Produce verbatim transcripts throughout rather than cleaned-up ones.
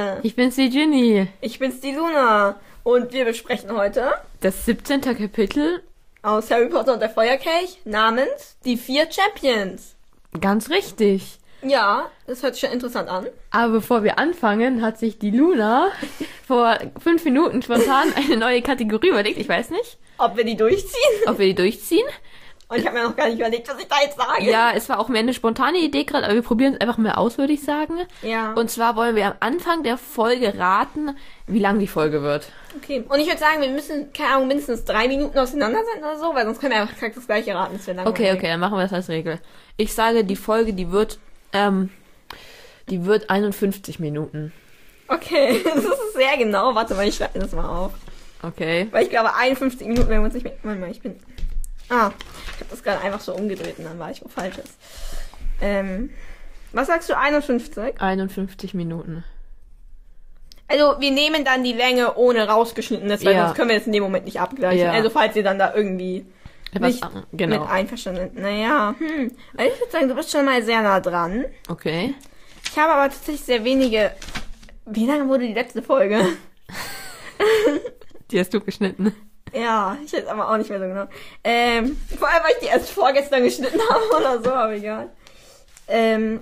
Daniel. Ich bin's, die Ginny. Ich bin's, die Luna. Und wir besprechen heute Das siebzehnte Kapitel. Aus Harry Potter und der Feuerkelch namens Die vier Champions. Ganz richtig. Ja, das hört sich schon interessant an. Aber bevor wir anfangen, hat sich die Luna vor fünf Minuten spontan eine neue Kategorie überlegt. Ich weiß nicht, Ob wir die durchziehen? ob wir die durchziehen. Und ich habe mir noch gar nicht überlegt, was ich da jetzt sage. Ja, es war auch mehr eine spontane Idee gerade, aber wir probieren es einfach mal aus, würde ich sagen. Ja. Und zwar wollen wir am Anfang der Folge raten, wie lang die Folge wird. Okay. Und ich würde sagen, wir müssen, keine Ahnung, mindestens drei Minuten auseinander sein oder so, weil sonst können wir einfach exakt das gleiche raten. Das wäre langweilig. Okay, okay, dann machen wir das als Regel. Ich sage, die Folge, die wird, ähm, die wird einundfünfzig Minuten. Okay, das ist sehr genau. Warte mal, ich schreibe mir das mal auf. Okay. Weil ich glaube, einundfünfzig Minuten werden wir uns nicht mehr... Warte mal, ich bin... Ah, ich habe das gerade einfach so umgedreht und dann war ich wo Falsches. Ähm, was sagst du, einundfünfzig? einundfünfzig Minuten. Also, wir nehmen dann die Länge ohne rausgeschnittenes, weil Ja. sonst können wir das in dem Moment nicht abgleichen. Ja. Also, falls ihr dann da irgendwie Etwas nicht an- genau. mit einverstanden seid. Naja, hm. Also ich würde sagen, du bist schon mal sehr nah dran. Okay. Ich habe aber tatsächlich sehr wenige... Wie lange wurde die letzte Folge? Die hast du geschnitten. Ja, ich weiß aber auch nicht mehr so genau. Ähm, vor allem, weil ich die erst vorgestern geschnitten habe oder so, aber egal. Ähm,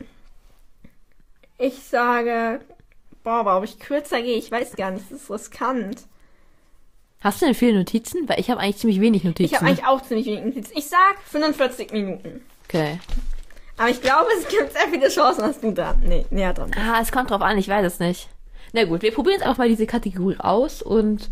ich sage, boah, aber ob ich kürzer gehe, ich weiß gar nicht, das ist riskant. Hast du denn viele Notizen? Weil ich habe eigentlich ziemlich wenig Notizen. Ich habe eigentlich auch ziemlich wenig Notizen. Ich sag fünfundvierzig Minuten. Okay. Aber ich glaube, es gibt sehr viele Chancen, dass du da nee, näher dran bist. Ah, es kommt drauf an, ich weiß es nicht. Na gut, wir probieren jetzt einfach mal diese Kategorie aus und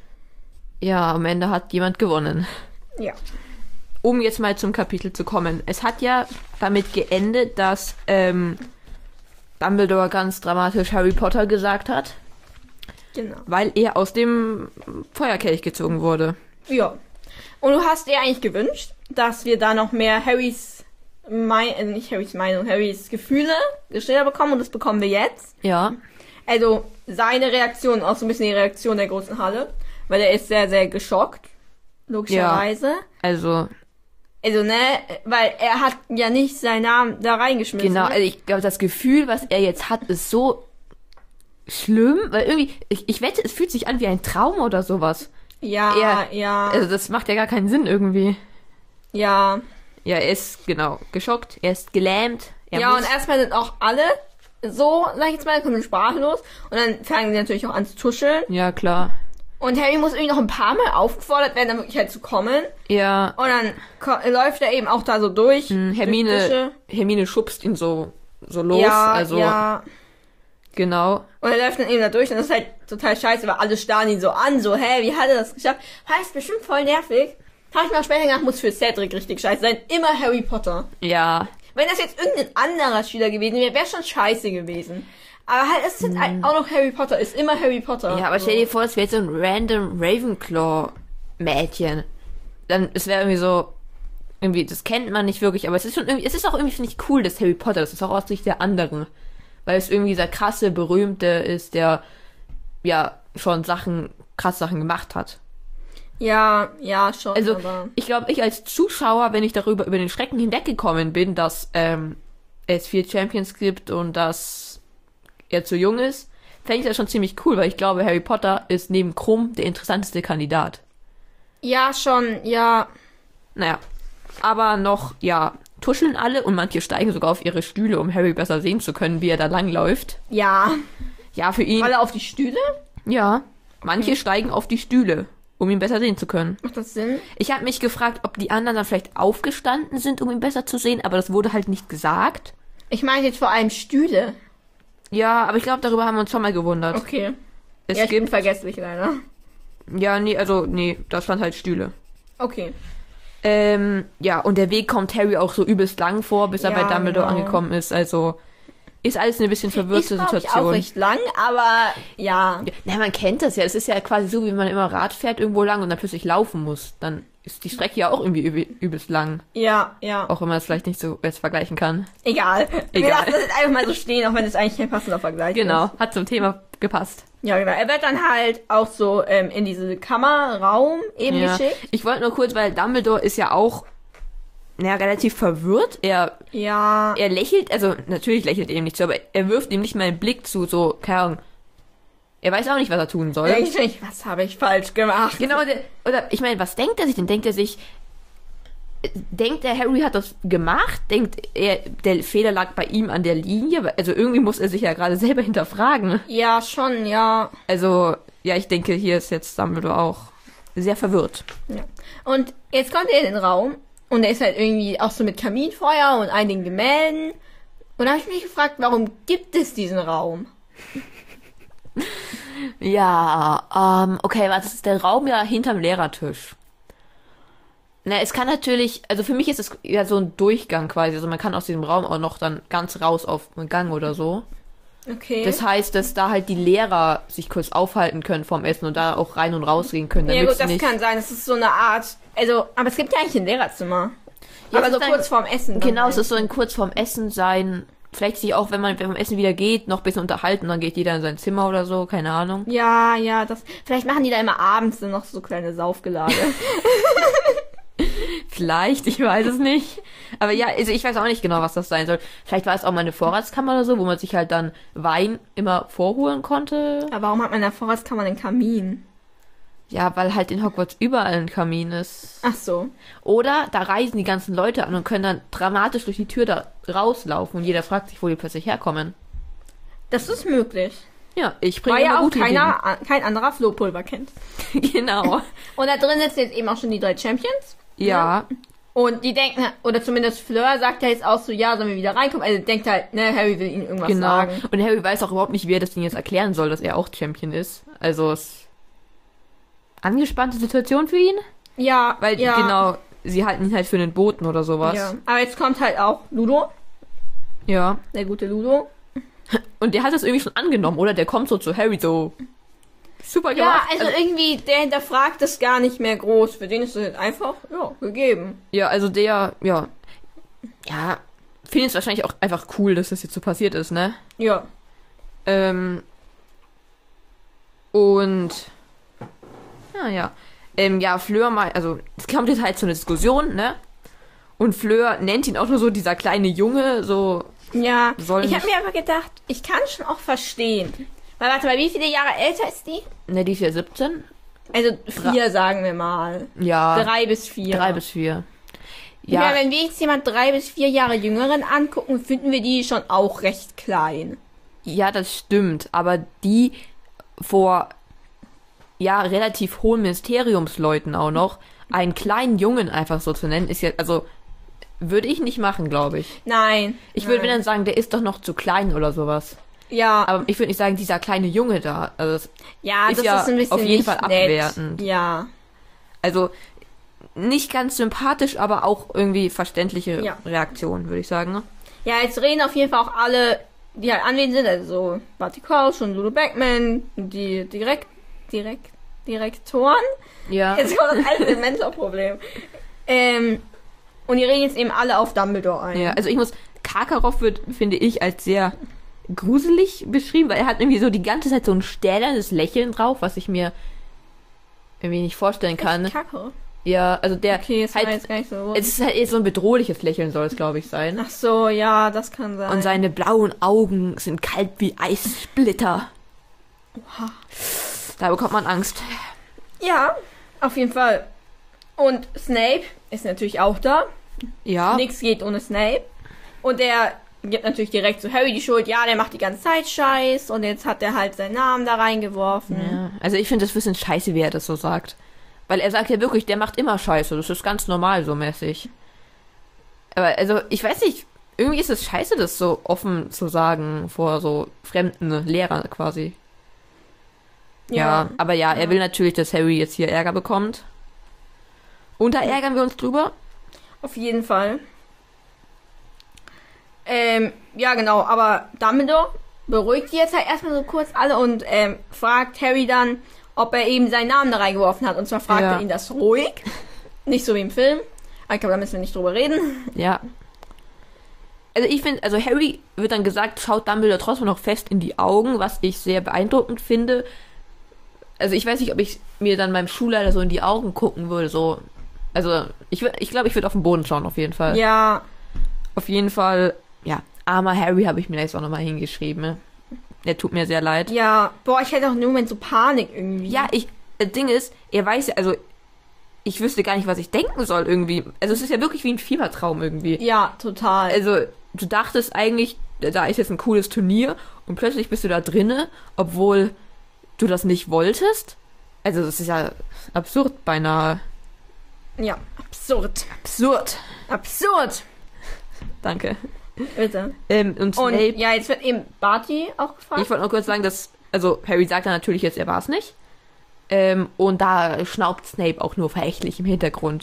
ja, am Ende hat jemand gewonnen. Ja. Um jetzt mal zum Kapitel zu kommen. Es hat ja damit geendet, dass ähm, Dumbledore ganz dramatisch Harry Potter gesagt hat, Genau. weil er aus dem Feuerkelch gezogen wurde. Ja. Und du hast dir eigentlich gewünscht, dass wir da noch mehr Harrys Meinung, also nicht Harrys Meinung, Harrys Gefühle geschildert bekommen und das bekommen wir jetzt. Ja. Also seine Reaktion, auch so ein bisschen die Reaktion der großen Halle, weil er ist sehr, sehr geschockt, logischerweise. Also, Also, ne, weil er hat ja nicht seinen Namen da reingeschmissen. genau, also ich glaube, das Gefühl, was er jetzt hat, ist so schlimm, weil irgendwie, ich, ich wette, es fühlt sich an wie ein Traum oder sowas. Ja, Er- ja, Also das macht ja gar keinen Sinn irgendwie. ja. Ja, er ist, genau, geschockt, er ist gelähmt. Er Ja, muss, und erstmal sind auch alle so, sag ich jetzt mal, kommen sprachlos. Und dann fangen sie natürlich auch an zu tuscheln. Ja, klar. Und Harry muss irgendwie noch ein paar Mal aufgefordert werden, dann wirklich halt zu kommen. Ja, Und dann ko- läuft er eben auch da so durch. mh, durch Hermine, Tische. Hermine schubst ihn so, so los, Ja, also, ja. genau. Und er läuft dann eben da durch und das ist halt total scheiße, weil alle starren ihn so an, so, hä, wie hat er das geschafft? Heißt bestimmt voll nervig. Habe ich mal später gedacht, muss für Cedric richtig scheiße sein. Immer Harry Potter. Ja, Wenn das jetzt irgendein anderer Schüler gewesen wäre, wäre schon scheiße gewesen. Aber halt, es sind halt auch noch Harry Potter, ist immer Harry Potter. ja, aber stell dir vor, es wäre jetzt so ein random Ravenclaw-Mädchen. Dann, es wäre irgendwie so, irgendwie, das kennt man nicht wirklich, aber es ist schon irgendwie, es ist auch irgendwie, finde ich, cool, dass Harry Potter, das ist auch aus Sicht der anderen. Weil es irgendwie dieser krasse, berühmte ist, der, ja, schon Sachen, krass Sachen gemacht hat. Ja, ja, schon. Also, aber ich glaube, ich als Zuschauer, wenn ich darüber, über den Schrecken hinweggekommen bin, dass, ähm, es vier Champions gibt und dass er zu jung ist, fände ich das schon ziemlich cool, weil ich glaube, Harry Potter ist neben Krumm der interessanteste Kandidat. ja, schon, ja. Naja, aber noch, ja, tuscheln alle und manche steigen sogar auf ihre Stühle, um Harry besser sehen zu können, wie er da langläuft. Ja. Ja, für ihn, Alle auf die Stühle? ja, manche steigen auf die Stühle, um ihn besser sehen zu können. Macht das Sinn? Ich habe mich gefragt, ob die anderen dann vielleicht aufgestanden sind, um ihn besser zu sehen, aber das wurde halt nicht gesagt. Ich meine jetzt vor allem Stühle. Ja, aber ich glaube, darüber haben wir uns schon mal gewundert. Okay. Es ja, ich bin gibt, vergesslich leider. ja, nee, also, nee, da stand halt Stühle. Okay. Ähm, ja, und der Weg kommt Harry auch so übelst lang vor, bis er Ja, bei Dumbledore genau. angekommen ist, also ist alles eine bisschen verwirrte Ist, glaub ich, auch Situation. recht lang, aber ja. Ja, na, man kennt das ja. Es ist ja quasi so, wie man immer Rad fährt irgendwo lang und dann plötzlich laufen muss. Dann ist die Strecke ja auch irgendwie üb übelst lang. Ja, ja. Auch wenn man es vielleicht nicht so jetzt vergleichen kann. Egal. Wir Egal. lassen das jetzt einfach mal so stehen, auch wenn es eigentlich kein passender Vergleich Genau, ist. hat zum Thema gepasst. Ja, genau. Er wird dann halt auch so ähm, in diese Kammerraum eben Ja. geschickt. Ich wollte nur kurz, weil Dumbledore ist ja auch naja, relativ verwirrt. Er, Ja. er lächelt, also natürlich lächelt er ihm nicht zu, aber er wirft ihm nicht mal einen Blick zu, so, keine Ahnung, Er weiß auch nicht, was er tun soll. Denkt sich, was habe ich falsch gemacht? Genau, der, oder ich meine, was denkt er sich denn? Denkt er sich, denkt der Harry hat das gemacht? Denkt er, der Fehler lag bei ihm an der Linie? Also irgendwie muss er sich ja gerade selber hinterfragen. Ja, schon, ja. Also, ja, ich denke, hier ist jetzt Dumbledore auch sehr verwirrt. ja. Und jetzt kommt er in den Raum und er ist halt irgendwie auch so mit Kaminfeuer und einigen Gemälden. Und da habe ich mich gefragt, warum gibt es diesen Raum? Ja, ähm, okay, was ist der Raum ja hinterm Lehrertisch? Na, es kann natürlich, also für mich ist es ja so ein Durchgang quasi, also man kann aus diesem Raum auch noch dann ganz raus auf einen Gang oder so. Okay. Das heißt, dass da halt die Lehrer sich kurz aufhalten können vorm Essen und da auch rein und rausgehen können. ja damit gut, sie das nicht, kann sein, das ist so eine Art, also, aber es gibt ja eigentlich ein Lehrerzimmer. Ja, aber es so ist ein- kurz vorm Essen. dann Genau, es halt. ist so ein kurz vorm Essen sein, vielleicht sich auch, wenn man beim Essen wieder geht, noch ein bisschen unterhalten, dann geht jeder in sein Zimmer oder so, keine Ahnung. Ja, ja, das, vielleicht machen die da immer abends dann noch so kleine Saufgelage. Vielleicht, ich weiß es nicht. Aber ja, also ich weiß auch nicht genau, was das sein soll. Vielleicht war es auch mal eine Vorratskammer oder so, wo man sich halt dann Wein immer vorholen konnte. aber warum hat man in der Vorratskammer einen Kamin? Ja, weil halt in Hogwarts überall ein Kamin ist. Ach so. Oder da reisen die ganzen Leute an und können dann dramatisch durch die Tür da rauslaufen und jeder fragt sich, wo die plötzlich herkommen. Das ist möglich. Ja, ich bringe Weil ja immer auch gute keiner, a- kein anderer Flohpulver kennt. Ideen. Genau. Und da drin sitzen jetzt eben auch schon die drei Champions. Ja. Und die denken, oder zumindest Fleur sagt ja jetzt auch so, ja, sollen wir wieder reinkommen? Also denkt halt, ne, Harry will ihnen irgendwas Genau. sagen. Und Harry weiß auch überhaupt nicht, wie er das Ding jetzt erklären soll, dass er auch Champion ist. Also es angespannte Situation für ihn. Ja, Weil, ja, genau, sie halten ihn halt für einen Boten oder sowas. Ja. Aber jetzt kommt halt auch Ludo, Ja. der gute Ludo. Und der hat das irgendwie schon angenommen, oder? Der kommt so zu Harry so super Ja, gemacht. also irgendwie, der hinterfragt das gar nicht mehr groß. Für den ist es halt einfach, ja, gegeben. ja, also der, ja, ja, findet es wahrscheinlich auch einfach cool, dass das jetzt so passiert ist, ne? Ja. Ähm, und, ja, ja, ähm, ja, Fleur mal, also, es kommt jetzt halt zu einer Diskussion, ne? Und Fleur nennt ihn auch nur so dieser kleine Junge, so, Ja, Soll ich habe nicht- mir aber gedacht, ich kann schon auch verstehen. Weil, warte mal, wie viele Jahre älter ist die? ne, die ist ja siebzehn? Also vier, sagen wir mal. Ja, Drei bis vier. drei bis vier. Ja, Ja, wenn wir jetzt jemand drei bis vier Jahre Jüngeren angucken, finden wir die schon auch recht klein. ja, das stimmt, aber die vor, ja, relativ hohen Ministeriumsleuten auch noch, einen kleinen Jungen einfach so zu nennen, ist ja, also, würde ich nicht machen, glaube ich. Nein. Ich würde nein. dann sagen, der ist doch noch zu klein oder sowas. Ja, Aber ich würde nicht sagen, dieser kleine Junge da. Also, das, ja, ist das ja ist ein bisschen auf jeden nicht Fall nett. abwertend. Ja. also nicht ganz sympathisch, aber auch irgendwie verständliche Ja. Reaktion, würde ich sagen. Ja, jetzt reden auf jeden Fall auch alle, die halt anwesend sind, also Barty Crouch und Ludo Beckman, die direkt, direkt, Direktoren. Ja. Jetzt kommt das alte Mentorproblem. Ähm, und die reden jetzt eben alle auf Dumbledore ein. Ja, also ich muss, Karkaroff wird, finde ich, als sehr gruselig beschrieben, weil er hat irgendwie so die ganze Zeit so ein stählernes Lächeln drauf, was ich mir irgendwie nicht vorstellen kann. Echt Kacke. Ja, also der Okay, das war halt, jetzt gar nicht so. es ist halt eher so ein bedrohliches Lächeln soll es, glaube ich, sein. Ach so, ja, das kann sein. Und seine blauen Augen sind kalt wie Eissplitter. Oha. Da bekommt man Angst. Ja, auf jeden Fall. Und Snape ist natürlich auch da. Ja. Nichts geht ohne Snape. Und der gibt natürlich direkt zu Harry die Schuld. Ja, der macht die ganze Zeit Scheiß. Und jetzt hat er halt seinen Namen da reingeworfen. Ja. Also ich finde das ein bisschen scheiße, wie er das so sagt. Weil er sagt ja wirklich, der macht immer Scheiße. Das ist ganz normal so mäßig. Aber also, ich weiß nicht, irgendwie ist es scheiße, das so offen zu sagen vor so fremden Lehrern quasi. Ja, aber ja, er Ja. will natürlich, dass Harry jetzt hier Ärger bekommt. Und da ärgern wir uns drüber. Auf jeden Fall. Ähm, ja, genau. Aber Dumbledore beruhigt die jetzt halt erstmal so kurz alle und ähm, fragt Harry dann, ob er eben seinen Namen da reingeworfen hat. Und zwar fragt Ja. er ihn das ruhig. Nicht so wie im Film. Aber ich glaube, da müssen wir nicht drüber reden. Ja. Also ich finde, also Harry wird dann gesagt, schaut Dumbledore trotzdem noch fest in die Augen, was ich sehr beeindruckend finde. Also ich weiß nicht, ob ich mir dann meinem Schulleiter so in die Augen gucken würde, so. Also ich würde, ich glaube, ich würde auf den Boden schauen, auf jeden Fall. Ja, Auf jeden Fall, ja, armer Harry habe ich mir da jetzt auch nochmal hingeschrieben. Ne? er tut mir sehr leid. Ja, boah, ich hätte auch im Moment so Panik irgendwie. Ja, ich, das Ding ist, er weiß ja, also, ich wüsste gar nicht, was ich denken soll irgendwie. Also, es ist ja wirklich wie ein Fiebertraum irgendwie. Ja, total. Also, du dachtest eigentlich, da ist jetzt ein cooles Turnier und plötzlich bist du da drinne, obwohl du das nicht wolltest. Also, das ist ja absurd beinahe. Ja, absurd. Absurd. Absurd. Danke. Bitte. Ähm, und Und Snape, ja, jetzt wird eben Barty auch gefragt. ich wollte noch kurz sagen, dass, also Harry sagt dann natürlich jetzt, er war es nicht. Ähm, und da schnaubt Snape auch nur verächtlich im Hintergrund.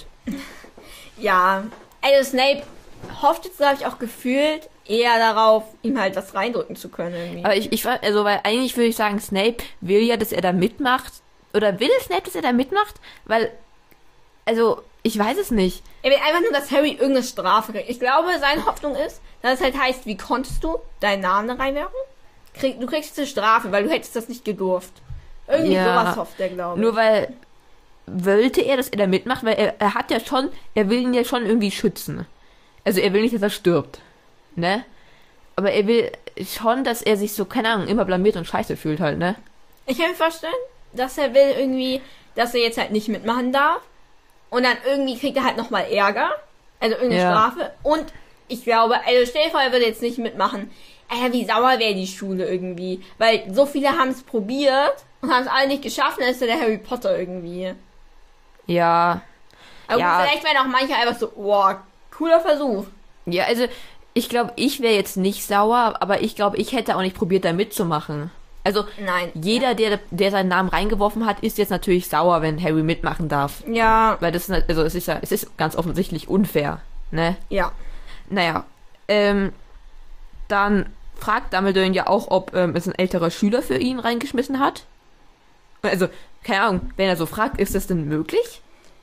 Ja, also Snape hofft jetzt, glaube ich, auch gefühlt eher darauf, ihm halt was reindrücken zu können irgendwie. Aber ich, ich war, also, weil eigentlich würde ich sagen, Snape will ja, dass er da mitmacht. Oder will Snape, dass er da mitmacht? Weil, also, ich weiß es nicht. Er will einfach nur, dass Harry irgendeine Strafe kriegt. Ich glaube, seine Hoffnung ist, dass es halt heißt, wie konntest du deinen Namen da reinwerfen? Krieg, du kriegst eine Strafe, weil du hättest das nicht gedurft. Irgendwie Ja, sowas hofft er, glaube ich. Nur weil, wollte er, dass er da mitmacht? Weil er, er hat ja schon, er will ihn ja schon irgendwie schützen. Also er will nicht, dass er stirbt. Ne? Aber er will schon, dass er sich so, keine Ahnung, immer blamiert und scheiße fühlt halt, ne? Ich kann mir vorstellen, dass er will irgendwie, dass er jetzt halt nicht mitmachen darf. Und dann irgendwie kriegt er halt nochmal Ärger. Also irgendeine Ja. Strafe. Und ich glaube, also stell dir vor, er würde jetzt nicht mitmachen. Alter, wie sauer wäre die Schule irgendwie. Weil so viele haben es probiert und haben es alle nicht geschafft. Dann ist ja der Harry Potter irgendwie. Ja. Aber Ja. gut, vielleicht wären auch manche einfach so, boah, cooler Versuch. Ja, also, ich glaube, ich wäre jetzt nicht sauer, aber ich glaube, ich hätte auch nicht probiert, da mitzumachen. Also, Nein. jeder, der, der seinen Namen reingeworfen hat, ist jetzt natürlich sauer, wenn Harry mitmachen darf. Ja, Weil das, ist- also, es ist ja, es ist ganz offensichtlich unfair, ne? ja. Naja, ähm, dann fragt Dumbledore ihn ja auch, ob ähm, es ein älterer Schüler für ihn reingeschmissen hat. Also, keine Ahnung, wenn er so fragt, ist das denn möglich?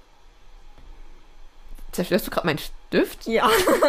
Zerstörst du gerade meinen Stift? Ja.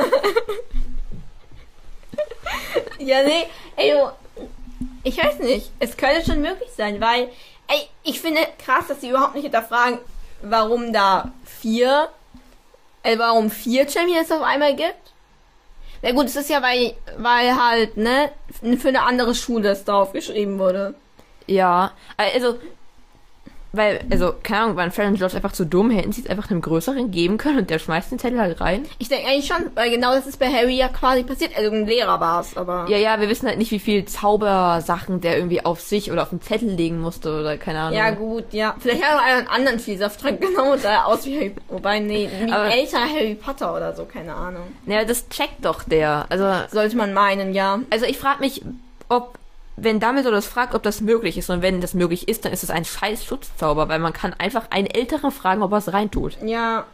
ja, nee, ey, du, ich weiß nicht. Es könnte schon möglich sein, weil, ey, ich finde krass, dass sie überhaupt nicht hinterfragen, warum da vier, äh, warum vier Champions auf einmal gibt. Na gut, es ist ja, weil, weil halt, ne, für eine andere Schule es drauf geschrieben wurde. Ja, also, weil, also, keine Ahnung, waren Fred und George einfach zu dumm, hätten sie es einfach einem Größeren geben können und der schmeißt den Zettel halt rein. Ich denke eigentlich schon, weil genau das ist bei Harry ja quasi passiert. Also ein Lehrer war es, aber... Ja, ja, wir wissen halt nicht, wie viel Zaubersachen der irgendwie auf sich oder auf den Zettel legen musste oder keine Ahnung. Ja, gut, ja. Vielleicht hat er noch einen anderen Vielsafttrank genommen und sah aus wie Harry... Wobei, nee, wie Aber- ein älterer Harry Potter oder so, keine Ahnung. Ja, das checkt doch der. Also, Sollte man meinen, ja. also ich frage mich, ob, wenn Dumbledore das fragt, ob das möglich ist. Und wenn das möglich ist, dann ist es ein scheiß Schutzzauber, weil man kann einfach einen Älteren fragen, ob er es reintut. Ja,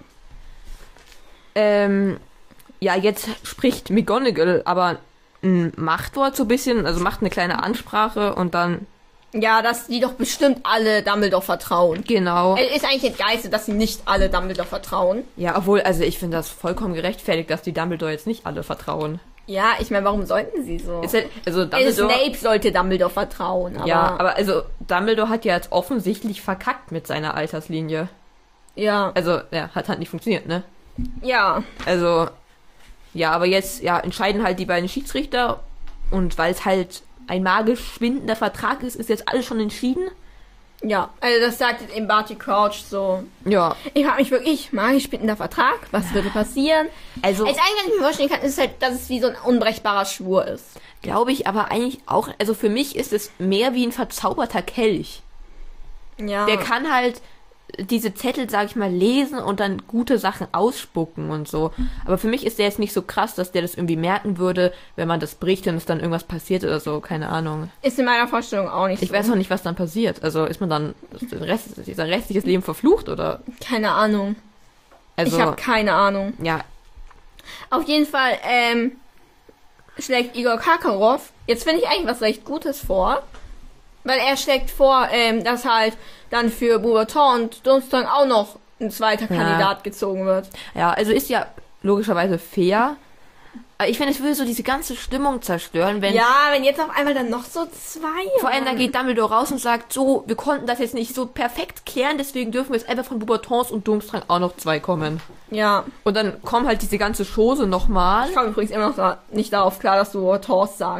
Ähm, ja, jetzt spricht McGonagall aber ein Machtwort so ein bisschen, also macht eine kleine Ansprache und dann, ja, dass die doch bestimmt alle Dumbledore vertrauen. genau. Es ist eigentlich entgeistert, dass sie nicht alle Dumbledore vertrauen. Ja, obwohl, also ich finde das vollkommen gerechtfertigt, dass die Dumbledore jetzt nicht alle vertrauen. Ja, ich meine, warum sollten sie so? Ist halt, also Also Dumbledore, Snape sollte Dumbledore vertrauen, aber... ja, aber also Dumbledore hat ja jetzt offensichtlich verkackt mit seiner Alterslinie. Ja, Also, ja, hat halt nicht funktioniert, ne? ja. Also, ja, aber jetzt, ja, entscheiden halt die beiden Schiedsrichter und weil es halt ein magisch schwindender Vertrag ist, ist jetzt alles schon entschieden. Ja, also das sagt jetzt eben Barty Crouch so. Ja, Ich frage mich wirklich, magisch schwindender Vertrag, was würde passieren? also Als eigentlich, was ich mir vorstellen kann, ist halt, dass es wie so ein unbrechbarer Schwur ist. glaube ich aber eigentlich auch, also für mich ist es mehr wie ein verzauberter Kelch. Ja. Der kann halt diese Zettel, sag ich mal, lesen und dann gute Sachen ausspucken und so. Aber für mich ist der jetzt nicht so krass, dass der das irgendwie merken würde, wenn man das bricht und es dann irgendwas passiert oder so, keine Ahnung. Ist in meiner Vorstellung auch nicht Ich so. weiß auch nicht, was dann passiert. Also ist man dann den Rest, sein restliches Leben verflucht oder? Keine Ahnung. Also, ich habe keine Ahnung. ja, Auf jeden Fall, ähm, schlägt Igor Karkaroff, jetzt finde ich eigentlich was recht Gutes vor, weil er schlägt vor, ähm, dass halt dann für Beauxbaton und Durmstrang auch noch ein zweiter Ja. Kandidat gezogen wird. ja, also ist ja logischerweise fair. Aber ich finde, es würde so diese ganze Stimmung zerstören, wenn Ja, wenn jetzt auf einmal dann noch so zwei... vor allem dann geht Dumbledore raus und sagt, so, wir konnten das jetzt nicht so perfekt klären, deswegen dürfen wir jetzt einfach von Beauxbatons und Durmstrang auch noch zwei kommen. Ja, Und dann kommt halt diese ganze Chose nochmal. ich komme übrigens immer noch da, nicht darauf klar, dass du Horst sagst.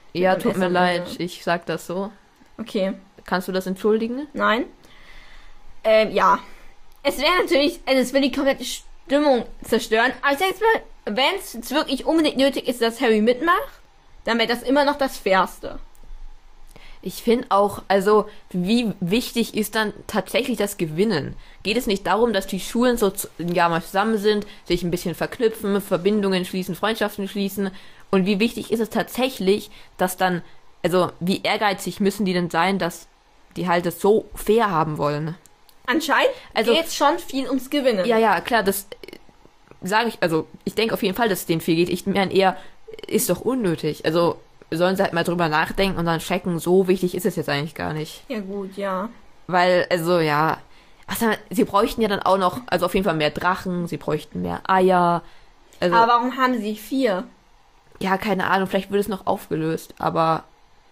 Ja, Mit tut mir S am leid, Ende. ich sag das so. Okay. Kannst du das entschuldigen? Nein. Ähm, ja. Es wäre natürlich, also es würde die komplette Stimmung zerstören. Aber ich sag jetzt mal, wenn es wirklich unbedingt nötig ist, dass Harry mitmacht, dann wäre das immer noch das Fairste. Ich finde auch, also wie wichtig ist dann tatsächlich das Gewinnen? Geht es nicht darum, dass die Schulen so zu- ja mal zusammen sind, sich ein bisschen verknüpfen, Verbindungen schließen, Freundschaften schließen? Und wie wichtig ist es tatsächlich, dass dann, also wie ehrgeizig müssen die denn sein, dass die halt es so fair haben wollen? Anscheinend Also- geht es schon viel ums Gewinnen. Ja, ja, klar, das sage ich, also ich denke auf jeden Fall, dass es denen viel geht. Ich meine eher, ist doch unnötig. Also sollen sie halt mal drüber nachdenken und dann checken, so wichtig ist es jetzt eigentlich gar nicht. Ja gut, ja. Weil, also ja, was dann, sie bräuchten ja dann auch noch, also auf jeden Fall mehr Drachen, sie bräuchten mehr Eier. Also, Aber warum haben sie vier? ja, keine Ahnung, vielleicht wird es noch aufgelöst, aber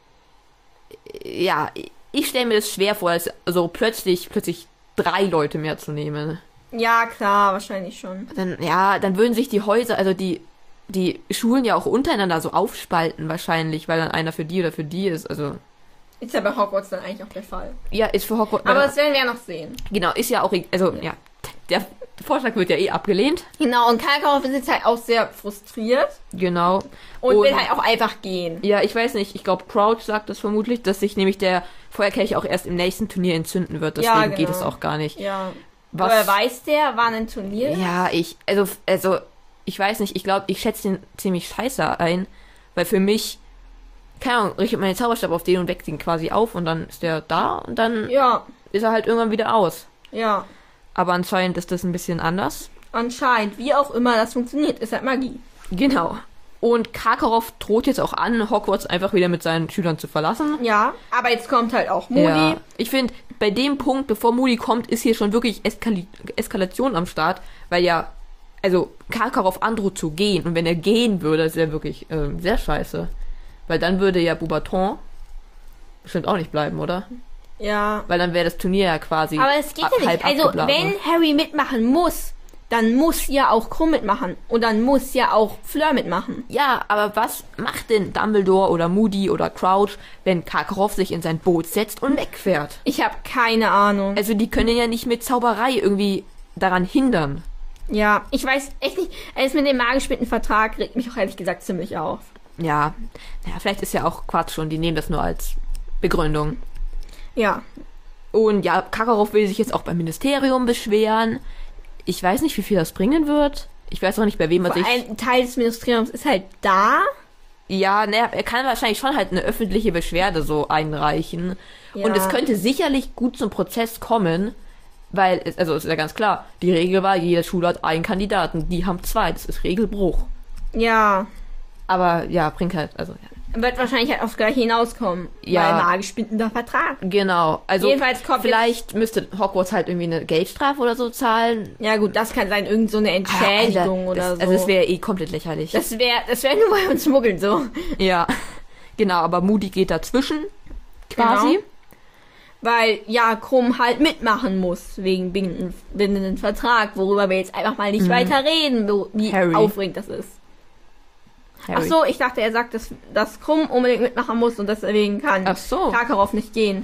äh, ja, ich stelle mir das schwer vor, als so plötzlich, plötzlich drei Leute mehr zu nehmen. Ja, klar, wahrscheinlich schon. Dann, ja, dann würden sich die Häuser, also die, die Schulen ja auch untereinander so aufspalten wahrscheinlich, weil dann einer für die oder für die ist, also, Ist ja bei Hogwarts dann eigentlich auch der Fall. ja, ist für Hogwarts, Aber das werden wir ja noch sehen. genau, ist ja auch, e- also, ja, der Vorschlag wird ja eh abgelehnt, Genau, und Karkaroff ist jetzt halt auch sehr frustriert genau. und, Und- will halt auch einfach gehen. Ja, ich weiß nicht, ich glaube, Crouch sagt das vermutlich, dass sich nämlich der Feuerkelch auch erst im nächsten Turnier entzünden wird, deswegen Ja, genau. geht es auch gar nicht. Ja. Was- Woher weiß der, wann ein Turnier ist? Ja, ich, also, also, ich weiß nicht, ich glaube, ich schätze den ziemlich scheiße ein, weil für mich, keine Ahnung, richtet man den Zauberstab auf den und weckt ihn quasi auf und dann ist der da und dann Ja, ist er halt irgendwann wieder aus. ja. Aber anscheinend ist das ein bisschen anders. Anscheinend, wie auch immer das funktioniert, ist halt Magie. Genau. Und Karkaroff droht jetzt auch an, Hogwarts einfach wieder mit seinen Schülern zu verlassen. Ja, aber jetzt kommt halt auch Moody. Ja. Ich finde, bei dem Punkt, bevor Moody kommt, ist hier schon wirklich Eskali Eskalation am Start, weil ja, also Karkaroff androht zu gehen und wenn er gehen würde, das wäre wirklich ähm, sehr scheiße. Weil dann würde ja Beauxbaton bestimmt auch nicht bleiben, oder? Ja. Weil dann wäre das Turnier ja quasi Aber es geht ab- ja nicht. halb Also, abgeblasen. wenn Harry mitmachen muss, dann muss ja auch Krumm mitmachen. Und dann muss ja auch Fleur mitmachen. Ja, aber was macht denn Dumbledore oder Moody oder Crouch, wenn Karkaroff sich in sein Boot setzt und wegfährt? Ich habe keine Ahnung. Also die können ja nicht mit Zauberei irgendwie daran hindern. Ja, ich weiß echt nicht. Es mit dem Magenspittenvertrag regt mich auch ehrlich gesagt ziemlich auf. Ja, ja, vielleicht ist ja auch Quatsch und die nehmen das nur als Begründung. Ja. Und ja, Karkaroff will sich jetzt auch beim Ministerium beschweren. Ich weiß nicht, wie viel das bringen wird. Ich weiß auch nicht, bei wem man Vor sich... allem ein Teil des Ministeriums ist halt da. Ja, naja, er kann wahrscheinlich schon halt eine öffentliche Beschwerde so einreichen. Ja. Und es könnte sicherlich gut zum Prozess kommen, weil, es, also ist ja ganz klar, die Regel war, jede Schule hat einen Kandidaten. Die haben zwei, das ist Regelbruch. Ja. Aber ja, bringt halt, also ja. Wird wahrscheinlich halt aufs Gleiche hinauskommen. Ja. Weil magenspindender Vertrag. Genau, also Jedenfalls kommt vielleicht müsste Hogwarts halt irgendwie eine Geldstrafe oder so zahlen. Ja gut, das kann sein, irgend so eine Entschädigung Alter, oder das, so. Also es wäre eh komplett lächerlich. das wäre das wär nur bei uns Muggeln so. ja, genau, aber Moody geht dazwischen, quasi. Genau. Weil ja Krumm halt mitmachen muss, wegen bindenden, bindenden Vertrag, worüber wir jetzt einfach mal nicht Mhm. weiter reden, wo, wie Harry. aufregend das ist. Harry. Ach so, ich dachte, er sagt, dass, dass Krumm unbedingt mitmachen muss und deswegen kann Ach so, Karkaroff nicht gehen.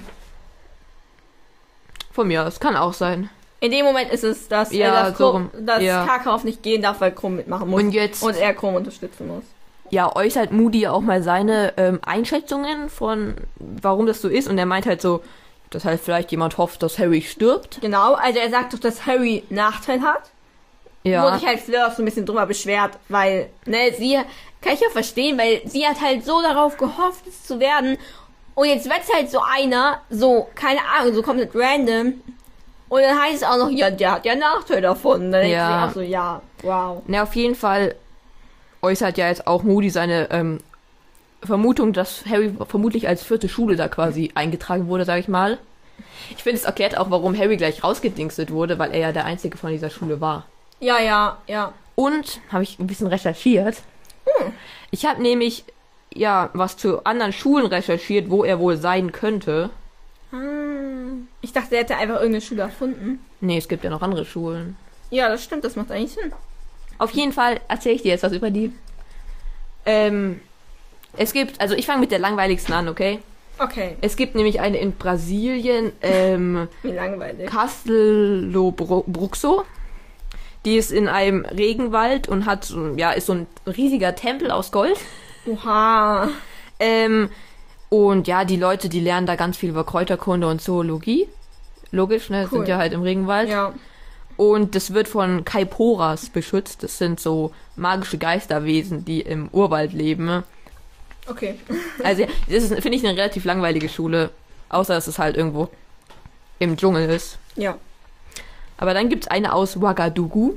von mir aus, kann auch sein. In dem Moment ist es, dass, Ja, er, dass, so Krumm, rum. dass Ja. Karkaroff nicht gehen darf, weil Krumm mitmachen muss. Und jetzt, Und er Krumm unterstützen muss. ja, äußert Moody auch mal seine ähm, Einschätzungen von, warum das so ist. Und er meint halt so, dass halt vielleicht jemand hofft, dass Harry stirbt. Genau, also er sagt doch, dass Harry Nachteil hat. Wo Ja, sich halt Fleur auch so ein bisschen drüber beschwert, weil, ne, sie, kann ich ja verstehen, weil sie hat halt so darauf gehofft, es zu werden. Und jetzt wird's halt so einer, so, keine Ahnung, so komplett random. Und dann heißt es auch noch, ja, der hat ja Nachteil davon. Dann denkt Ja. sie auch so, ja, wow. na, auf jeden Fall äußert ja jetzt auch Moody seine ähm, Vermutung, dass Harry vermutlich als vierte Schule da quasi eingetragen wurde, sag ich mal. Ich finde, es erklärt auch, warum Harry gleich rausgedingstet wurde, weil er ja der Einzige von dieser Schule war. Ja, ja, ja. Und habe ich ein bisschen recherchiert. Ich habe nämlich ja was zu anderen Schulen recherchiert, wo er wohl sein könnte. Hm. Ich dachte, er hätte einfach irgendeine Schule erfunden. Nee, es gibt ja noch andere Schulen. Ja, das stimmt, das macht eigentlich Sinn. Auf jeden Fall erzähle ich dir jetzt was über die. Ähm, Es gibt, also ich fange mit der langweiligsten an, okay? Okay. Es gibt nämlich eine in Brasilien, ähm, Wie langweilig. Castelo Bru- Bruxo. Die ist in einem Regenwald und hat, so- ja, ist so ein riesiger Tempel aus Gold. Oha. Ähm, und ja, die Leute, die lernen da ganz viel über Kräuterkunde und Zoologie. Logisch, ne? Cool. Sind ja halt im Regenwald. Ja. Und das wird von Kaiporas beschützt. Das sind so magische Geisterwesen, die im Urwald leben. Okay. Also, ja, das ist, finde ich, eine relativ langweilige Schule. Außer, dass es halt irgendwo im Dschungel ist. Ja. Aber dann gibt's eine aus Ouagadougou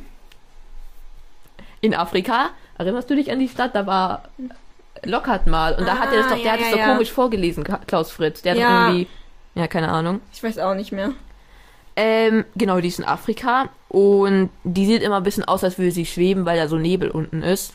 in Afrika. Erinnerst du dich an die Stadt? Da war Lockhart mal. Und da Ah, hat er das doch, der ja, hat es ja, doch ja. komisch vorgelesen, Ka- Klaus Fritz. Der hat Ja. doch irgendwie, ja, keine Ahnung. Ich weiß auch nicht mehr. Ähm, genau, die ist in Afrika. Und die sieht immer ein bisschen aus, als würde sie schweben, weil da so Nebel unten ist.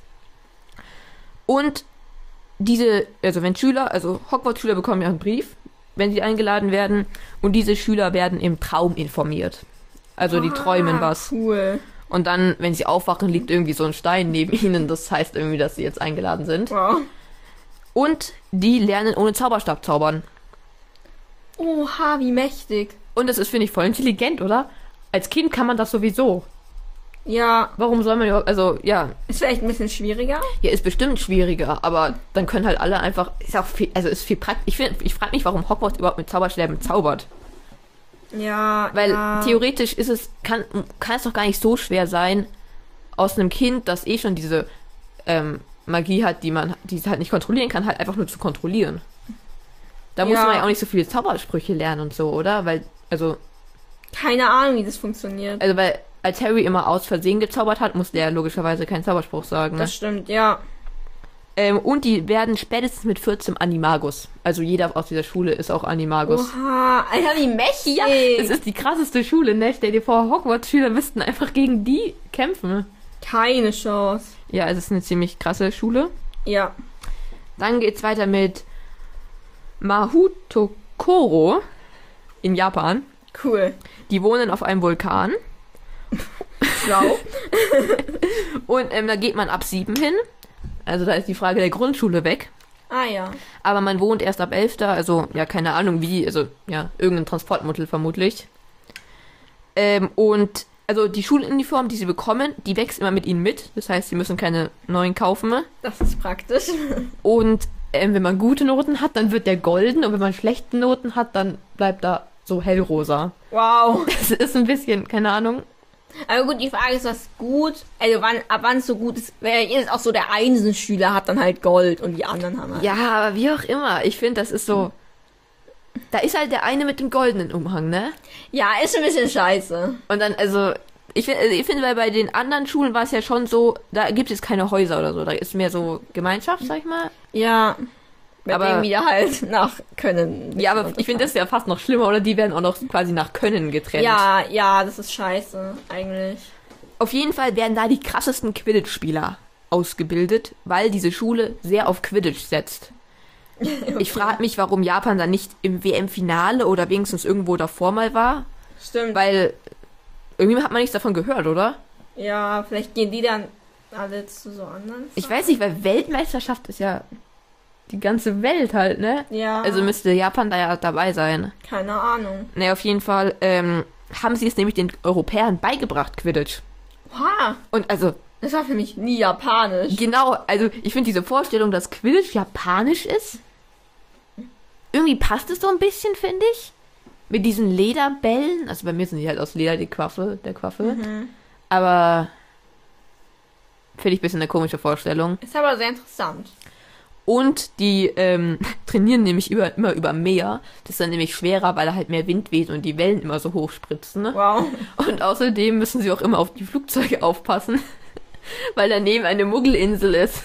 Und diese, also wenn Schüler, also Hogwarts-Schüler bekommen ja einen Brief, wenn sie eingeladen werden. Und diese Schüler werden im Traum informiert. Also die träumen Ah, was. Cool. Und dann, wenn sie aufwachen, liegt irgendwie so ein Stein neben ihnen. Das heißt irgendwie, dass sie jetzt eingeladen sind. Wow. Und die lernen ohne Zauberstab zaubern. Oha, wie mächtig. Und das ist, finde ich, voll intelligent, oder? Als Kind kann man das sowieso. Ja, Warum soll man überhaupt, also, ja, ist vielleicht ein bisschen schwieriger. ja, ist bestimmt schwieriger, aber dann können halt alle einfach, ist auch viel, also ist viel praktisch. Ich, find- ich frage mich, warum Hogwarts überhaupt mit Zauberstäben zaubert. Ja, Weil ja. theoretisch ist es, kann, kann es doch gar nicht so schwer sein, aus einem Kind, das eh schon diese ähm, Magie hat, die man, die es halt nicht kontrollieren kann, halt einfach nur zu kontrollieren. Da muss Ja. man ja auch nicht so viele Zaubersprüche lernen und so, oder? Weil, also, Keine Ahnung, wie das funktioniert. also weil, als Harry immer aus Versehen gezaubert hat, musste er logischerweise keinen Zauberspruch sagen. Ne? Das stimmt, ja. Ähm, und die werden spätestens mit vierzehn Animagus. Also jeder aus dieser Schule ist auch Animagus. Oha, Alter, wie mächtig. Ja, es ist die krasseste Schule, ne? Stell dir vor, Hogwarts-Schüler müssten einfach gegen die kämpfen. Keine Chance. Ja, es ist eine ziemlich krasse Schule. Ja. Dann geht's weiter mit Mahutokoro in Japan. Cool. Die wohnen auf einem Vulkan. Schlau. Und ähm, da geht man ab sieben hin. Also da ist die Frage der Grundschule weg. Ah ja. Aber man wohnt erst ab elf da. Also, ja, keine Ahnung wie. Also, ja, irgendein Transportmittel vermutlich. Ähm, und, also die Schuluniform, die sie bekommen, die wächst immer mit ihnen mit. Das heißt, sie müssen keine neuen kaufen. Das ist praktisch. Und ähm, wenn man gute Noten hat, dann wird der golden. Und wenn man schlechte Noten hat, dann bleibt da so hellrosa. Wow. Das ist ein bisschen, keine Ahnung. Aber gut, die Frage ist, was gut, also wann, ab wann es so gut ist, weil ist auch so, der Einzelschüler hat dann halt Gold und die anderen haben halt. Ja, aber wie auch immer. Ich finde, das ist so. Da ist halt der eine mit dem goldenen Umhang, ne? Ja, ist ein bisschen scheiße. Und dann, also, ich finde, also ich finde, weil bei den anderen Schulen war es ja schon so, da gibt es keine Häuser oder so. Da ist mehr so Gemeinschaft, sag ich mal. Ja. Mit Aber- dem wieder halt nach Können. Ja, aber ich finde das ja fast noch schlimmer, oder? Die werden auch noch quasi nach Können getrennt. Ja, ja, das ist scheiße, eigentlich. Auf jeden Fall werden da die krassesten Quidditch-Spieler ausgebildet, weil diese Schule sehr auf Quidditch setzt. Ich frage mich, warum Japan dann nicht im W M-Finale oder wenigstens irgendwo davor mal war, Stimmt. weil irgendwie hat man nichts davon gehört, oder? Ja, vielleicht gehen die dann alle zu so anderen. Ich weiß nicht, weil Weltmeisterschaft ist ja die ganze Welt halt, ne? Ja. Also müsste Japan da ja dabei sein. Keine Ahnung. Ne, auf jeden Fall ähm, haben sie es nämlich den Europäern beigebracht, Quidditch. Oha, Und also, das war für mich nie japanisch. genau, also ich finde diese Vorstellung, dass Quidditch japanisch ist, irgendwie passt es so ein bisschen, finde ich. Mit diesen Lederbällen. Also bei mir sind die halt aus Leder, die Quaffel, der Quaffel. Mhm. Aber finde ich ein bisschen eine komische Vorstellung. Ist aber sehr interessant. Und die ähm, trainieren nämlich über, immer über Meer. Das ist dann nämlich schwerer, weil da halt mehr Wind weht und die Wellen immer so hoch spritzen. Ne? Wow. Und außerdem müssen sie auch immer auf die Flugzeuge aufpassen, weil daneben eine Muggelinsel ist.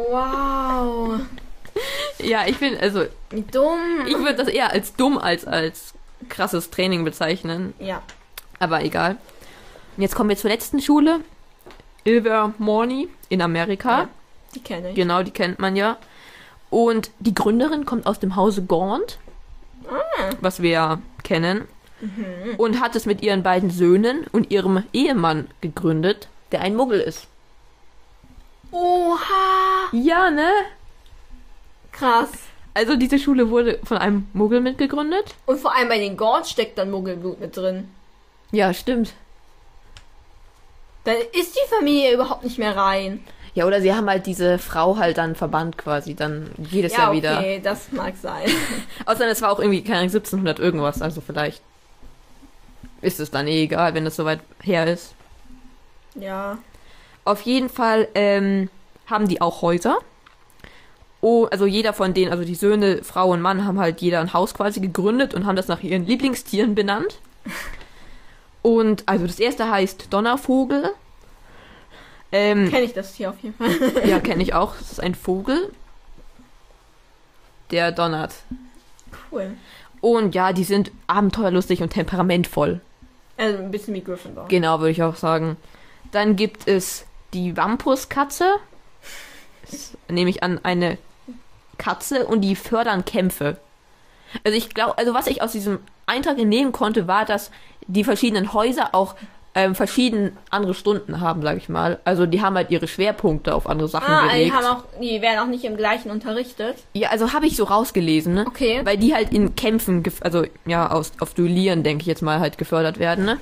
Wow. Ja, ich finde, also, Wie dumm. ich würde das eher als dumm als als krasses Training bezeichnen. Ja. Aber egal. Und jetzt kommen wir zur letzten Schule. Ilvermorny in Amerika. Ja, die kenne ich. Genau, die kennt man ja. Und die Gründerin kommt aus dem Hause Gaunt, Ah. was wir ja kennen. Mhm. Und hat es mit ihren beiden Söhnen und ihrem Ehemann gegründet, der ein Muggel ist. Oha. Ja, ne? Krass. Also diese Schule wurde von einem Muggel mitgegründet. Und vor allem bei den Gords steckt dann Muggelblut mit drin. Ja, stimmt. Da ist die Familie überhaupt nicht mehr rein. Ja, oder sie haben halt diese Frau halt dann verbannt quasi, dann jedes Ja, Jahr wieder. okay, das mag sein. Außerdem, es war auch irgendwie, keine Ahnung, siebzehnhundert irgendwas, also vielleicht ist es dann eh egal, wenn es soweit her ist. Ja. Auf jeden Fall ähm, haben die auch Häuser. Oh, also jeder von denen, also die Söhne, Frau und Mann, haben halt jeder ein Haus quasi gegründet und haben das nach ihren Lieblingstieren benannt. Und also das erste heißt Donnervogel. Ähm, Kenne ich das Tier auf jeden Fall. ja, kenne ich auch. Das ist ein Vogel, der donnert. Cool. Und ja, die sind abenteuerlustig und temperamentvoll. Also ein bisschen wie Gryffindor. Genau, würde ich auch sagen. Dann gibt es die Wampuskatze. Nehme ich an, eine Katze und die fördern Kämpfe. Also ich glaube, also was ich aus diesem Eintrag entnehmen konnte, war, dass die verschiedenen Häuser auch ähm, verschieden andere Stunden haben, sag ich mal. Also die haben halt ihre Schwerpunkte auf andere Sachen Ah, die gelegt. haben auch, die werden auch nicht im gleichen unterrichtet. Ja, also habe ich so rausgelesen, ne? Okay. Weil die halt in Kämpfen, gef- also ja, aus, auf Duellieren, denke ich jetzt mal, halt gefördert werden, ne?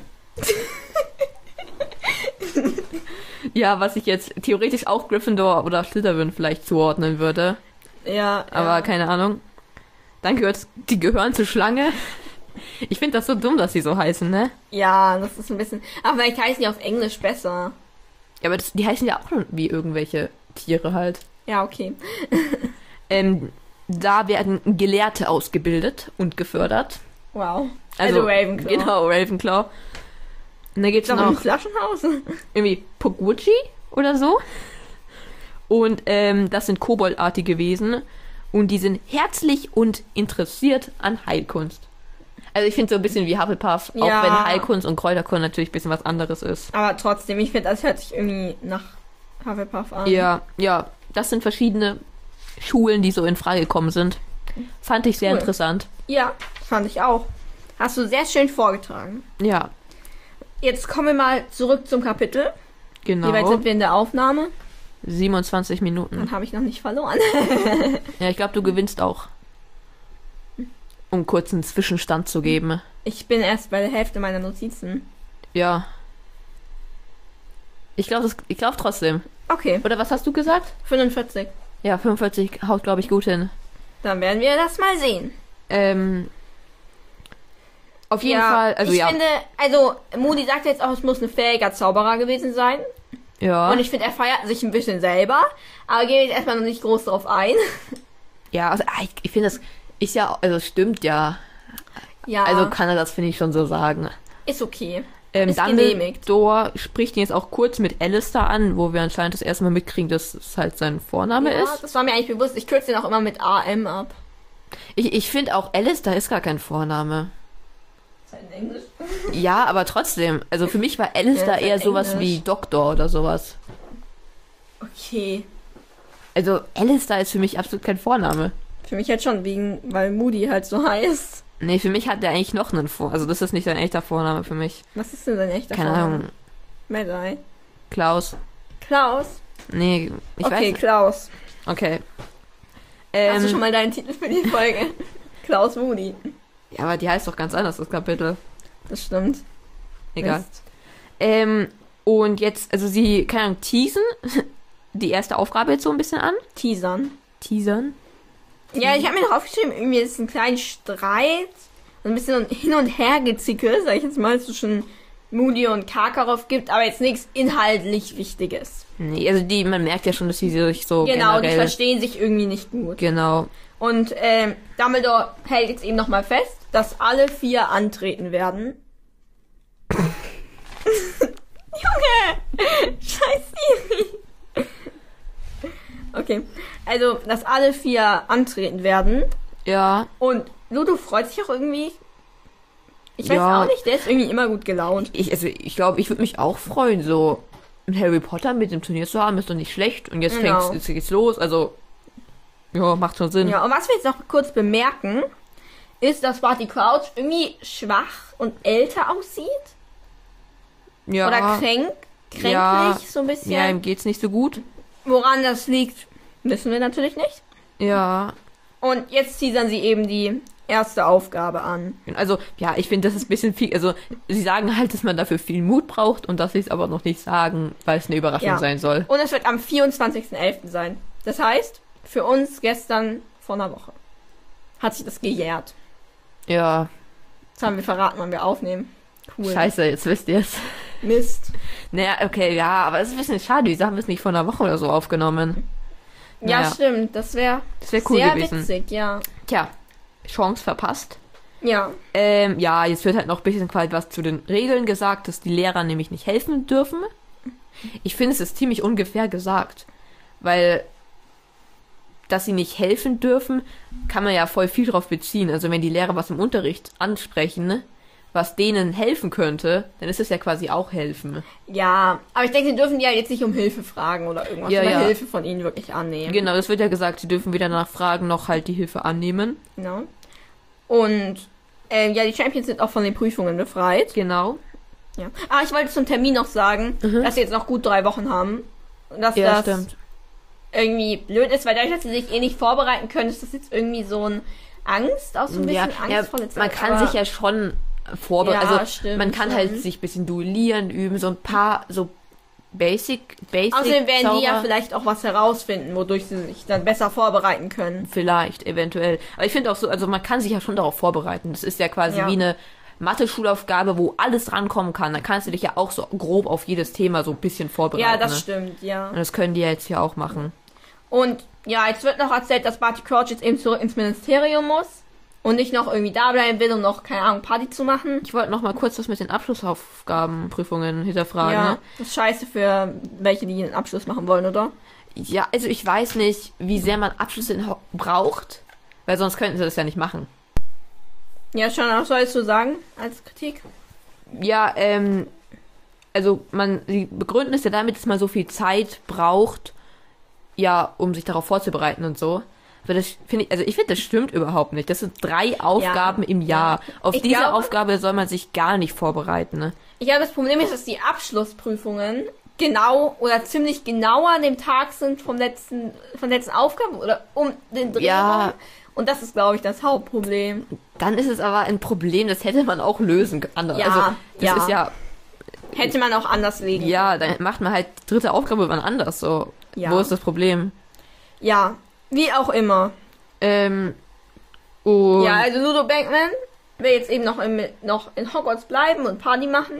Ja, was ich jetzt theoretisch auch Gryffindor oder Slytherin vielleicht zuordnen würde. Ja. Aber ja. keine Ahnung. Dann gehört, die gehören zur Schlange. Ich finde das so dumm, dass sie so heißen, ne? Ja, das ist ein bisschen. Aber vielleicht heißen die auf Englisch besser. Ja, aber das, die heißen ja auch schon wie irgendwelche Tiere halt. Ja, okay. Ähm, da werden Gelehrte ausgebildet und gefördert. Wow. Also, also Ravenclaw. Genau, Ravenclaw. Und da gibt's Ist noch ein noch Flaschenhaus? irgendwie Pukwudgie oder so. Und ähm, das sind koboldartige Wesen. Und die sind herzlich und interessiert an Heilkunst. Also ich finde so ein bisschen wie Hufflepuff, auch Ja. wenn Heilkunst und Kräuterkunde natürlich ein bisschen was anderes ist. Aber trotzdem, ich finde, das hört sich irgendwie nach Hufflepuff an. Ja, ja, das sind verschiedene Schulen, die so in Frage gekommen sind. Fand ich sehr Cool. interessant. Ja, fand ich auch. Hast du sehr schön vorgetragen. Ja, Jetzt kommen wir mal zurück zum Kapitel. genau. Wie weit sind wir in der Aufnahme? siebenundzwanzig Minuten. Dann habe ich noch nicht verloren. Ja, ich glaube, du gewinnst auch. Um kurz einen Zwischenstand zu geben. Ich bin erst bei der Hälfte meiner Notizen. Ja. Ich glaube ich glaub trotzdem. Okay, Oder was hast du gesagt? fünfundvierzig. Ja, fünfundvierzig haut, glaube ich, gut hin. Dann werden wir das mal sehen. Ähm, auf jeden ja, Fall, also ich ja. finde, also Moody sagt jetzt auch, es muss ein fähiger Zauberer gewesen sein. ja. Und ich finde, er feiert sich ein bisschen selber. Aber gehe jetzt erstmal noch nicht groß drauf ein. Ja, also ah, ich, ich finde das ist ja, also stimmt ja. Ja, Also kann er das, finde ich, schon so sagen. ist okay. Ähm, Ist genehmigt. Dumbledore spricht ihn jetzt auch kurz mit Alistair an, wo wir anscheinend das erste Mal mitkriegen, dass es halt sein Vorname Ja, ist. das war mir eigentlich bewusst. Ich kürze den auch immer mit A M ab. Ich, ich finde auch, Alistair ist gar kein Vorname. Ist halt in Englisch. Ja, aber trotzdem. Also für mich war Alistair Ja, ist eher halt sowas Englisch. wie Doktor oder sowas. Okay. Also Alistair ist für mich absolut kein Vorname. Für mich halt schon, wegen, weil Moody halt so heißt. Nee, für mich hat der eigentlich noch einen Vor... Also das ist nicht sein echter Vorname für mich. Was ist denn sein echter Keine Vorname? Ahnung. Medai. Klaus. Klaus. Nee, ich okay, weiß. Klaus. Okay. Hast du Ähm, schon mal deinen Titel für die Folge? Klaus Moody. ja, aber die heißt doch ganz anders, das Kapitel. Das stimmt. Egal. Mist. Ähm, und jetzt, also sie, keine Ahnung, teasen die erste Aufgabe jetzt so ein bisschen an. Teasern. Teasern? Ja, ich habe mir noch aufgeschrieben, irgendwie ist ein kleiner Streit und ein bisschen hin und her gezickel, sag ich jetzt mal, zwischen Moody und Karkaroff gibt, aber jetzt nichts inhaltlich Wichtiges. Nee, also die, man merkt ja schon, dass sie sich so Genau, die generell... verstehen sich irgendwie nicht gut. Genau. Und ähm, Dumbledore hält jetzt eben nochmal fest, dass alle vier antreten werden. Junge! Scheiß Siri! Okay, also, dass alle vier antreten werden. Ja, Und Ludo freut sich auch irgendwie. Ich weiß Ja. auch nicht, der ist irgendwie immer gut gelaunt. ich, also ich glaube, ich würde mich auch freuen, so einen Harry Potter mit dem Turnier zu haben, ist doch nicht schlecht. Und jetzt Genau. fängt's, jetzt geht's los, also ja, macht schon Sinn. Ja, und was wir jetzt noch kurz bemerken, ist, dass Barty Crouch irgendwie schwach und älter aussieht. Ja, Oder kränk, kränklich, Ja. so ein bisschen. ja, ihm geht's nicht so gut. Woran das liegt, wissen wir natürlich nicht. Ja, Und jetzt teasern sie eben die erste Aufgabe an. Also, ja, ich finde, das ist ein bisschen viel, also, sie sagen halt, dass man dafür viel Mut braucht und dass sie es aber noch nicht sagen, weil es eine Überraschung Ja. sein soll. Und es wird am vierundzwanzigsten elften sein. Das heißt, für uns gestern vor einer Woche hat sich das gejährt. Ja, Das haben wir verraten, wann wir aufnehmen. Cool. scheiße, jetzt wisst ihr es. Mist. Naja, okay, ja, aber es ist ein bisschen schade, wieso haben wir es nicht vor einer Woche oder so aufgenommen? Ja, Naja. stimmt. Das wäre Das wäre cool sehr gewesen. witzig, ja. Tja, Chance verpasst. Ja. Ähm, ja, jetzt wird halt noch ein bisschen quasi was zu den Regeln gesagt, dass die Lehrer nämlich nicht helfen dürfen. Ich finde, es ist ziemlich ungefähr gesagt, weil, dass sie nicht helfen dürfen, kann man ja voll viel drauf beziehen. Also wenn die Lehrer was im Unterricht ansprechen, was denen helfen könnte, dann ist es ja quasi auch helfen. Ja, aber ich denke, sie dürfen die ja jetzt nicht um Hilfe fragen oder irgendwas Ja, oder ja. Hilfe von ihnen wirklich annehmen. Genau, das wird ja gesagt, sie dürfen weder danach fragen, noch halt die Hilfe annehmen. Genau. Und ähm, ja, die Champions sind auch von den Prüfungen befreit. Genau. Ja. Ah, ich wollte zum Termin noch sagen, Mhm. dass sie jetzt noch gut drei Wochen haben. Und dass Ja, das stimmt. irgendwie blöd ist, weil dadurch, dass sie sich eh nicht vorbereiten können, ist das jetzt irgendwie so ein Angst, auch so ein Ja, bisschen ja, angstvolle Zeit. man kann aber- sich ja schon vorbereiten. Ja, also stimmt, man kann schon. halt sich ein bisschen duellieren üben, so ein paar so Basic, Basic Außerdem werden die ja Zauber. vielleicht auch was herausfinden, wodurch sie sich dann besser vorbereiten können. Vielleicht, eventuell. Aber ich finde auch so, also man kann sich ja schon darauf vorbereiten. Das ist ja quasi Ja. wie eine Mathe-Schulaufgabe, wo alles rankommen kann. Da kannst du dich ja auch so grob auf jedes Thema so ein bisschen vorbereiten. Ja, das ne? stimmt, ja. Und das können die ja jetzt hier auch machen. Und ja, jetzt wird noch erzählt, dass Barty Crouch jetzt eben zurück ins Ministerium muss und nicht noch irgendwie da bleiben will, um noch, keine Ahnung, Party zu machen. Ich wollte noch mal kurz was mit den Abschlussaufgabenprüfungen hinterfragen. Ja, Ne? das ist scheiße für welche, die einen Abschluss machen wollen, oder? Ja, also ich weiß nicht, wie sehr man Abschlüsse in- braucht, weil sonst könnten sie das ja nicht machen. Ja, schon, was sollst du sagen als Kritik? Ja, ähm, also man, sie begründen es ja damit, dass man so viel Zeit braucht, ja, um sich darauf vorzubereiten und so. Aber das finde ich, also ich finde, das stimmt überhaupt nicht. Das sind drei Aufgaben im Jahr. Auf Ich diese glaube- Aufgabe soll man sich gar nicht vorbereiten, ne? Ich glaube, das Problem ist, dass die Abschlussprüfungen genau oder ziemlich genau an dem Tag sind vom letzten, von der letzten Aufgabe oder um den Dreh Ja. rum. Und das ist, glaube ich, das Hauptproblem. Dann ist es aber ein Problem, das hätte man auch lösen können. Ja, also, das ja. ist ja, Hätte man auch anders legen. ja, dann macht man halt die dritte Aufgabe wann anders, so. Ja. Wo ist das Problem? Ja, wie auch immer. Ähm, und Ja, also Ludo Bankman will jetzt eben noch, im, noch in Hogwarts bleiben und Party machen.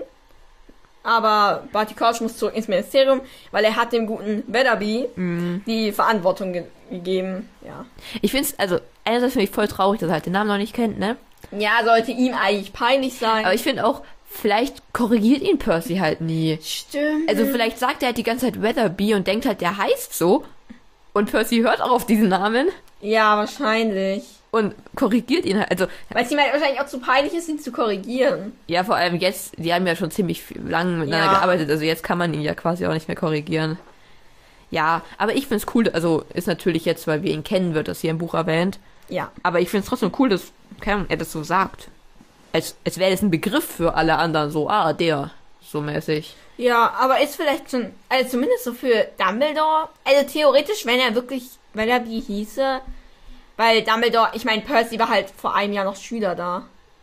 Aber Barty Crouch muss zurück ins Ministerium, weil er hat dem guten Weatherby Mhm. die Verantwortung ge gegeben. Ja. ich finde es, also, einerseits finde ich voll traurig, dass er halt den Namen noch nicht kennt, ne? Ja, sollte ihm eigentlich peinlich sein. Aber ich finde auch, vielleicht korrigiert ihn Percy halt nie. Stimmt. Also vielleicht sagt er halt die ganze Zeit Weatherby und denkt halt, der heißt so. Und Percy hört auch auf diesen Namen Ja, wahrscheinlich. und korrigiert ihn halt. Also, Weil es ihm halt wahrscheinlich auch zu peinlich ist, ihn zu korrigieren. ja, vor allem jetzt, die haben ja schon ziemlich viel, lang miteinander Ja. gearbeitet, also jetzt kann man ihn ja quasi auch nicht mehr korrigieren. Ja, aber ich find's cool, also ist natürlich jetzt, weil wir ihn kennen, wird das hier im Buch erwähnt. Ja. Aber ich find's trotzdem cool, dass keine Ahnung, er das so sagt. Als, als wäre das ein Begriff für alle anderen, so, ah, der, so mäßig. Ja, aber ist vielleicht schon, also zumindest so für Dumbledore, also theoretisch, wenn er wirklich Weatherby hieße, weil Dumbledore, ich meine, Percy war halt vor einem Jahr noch Schüler da.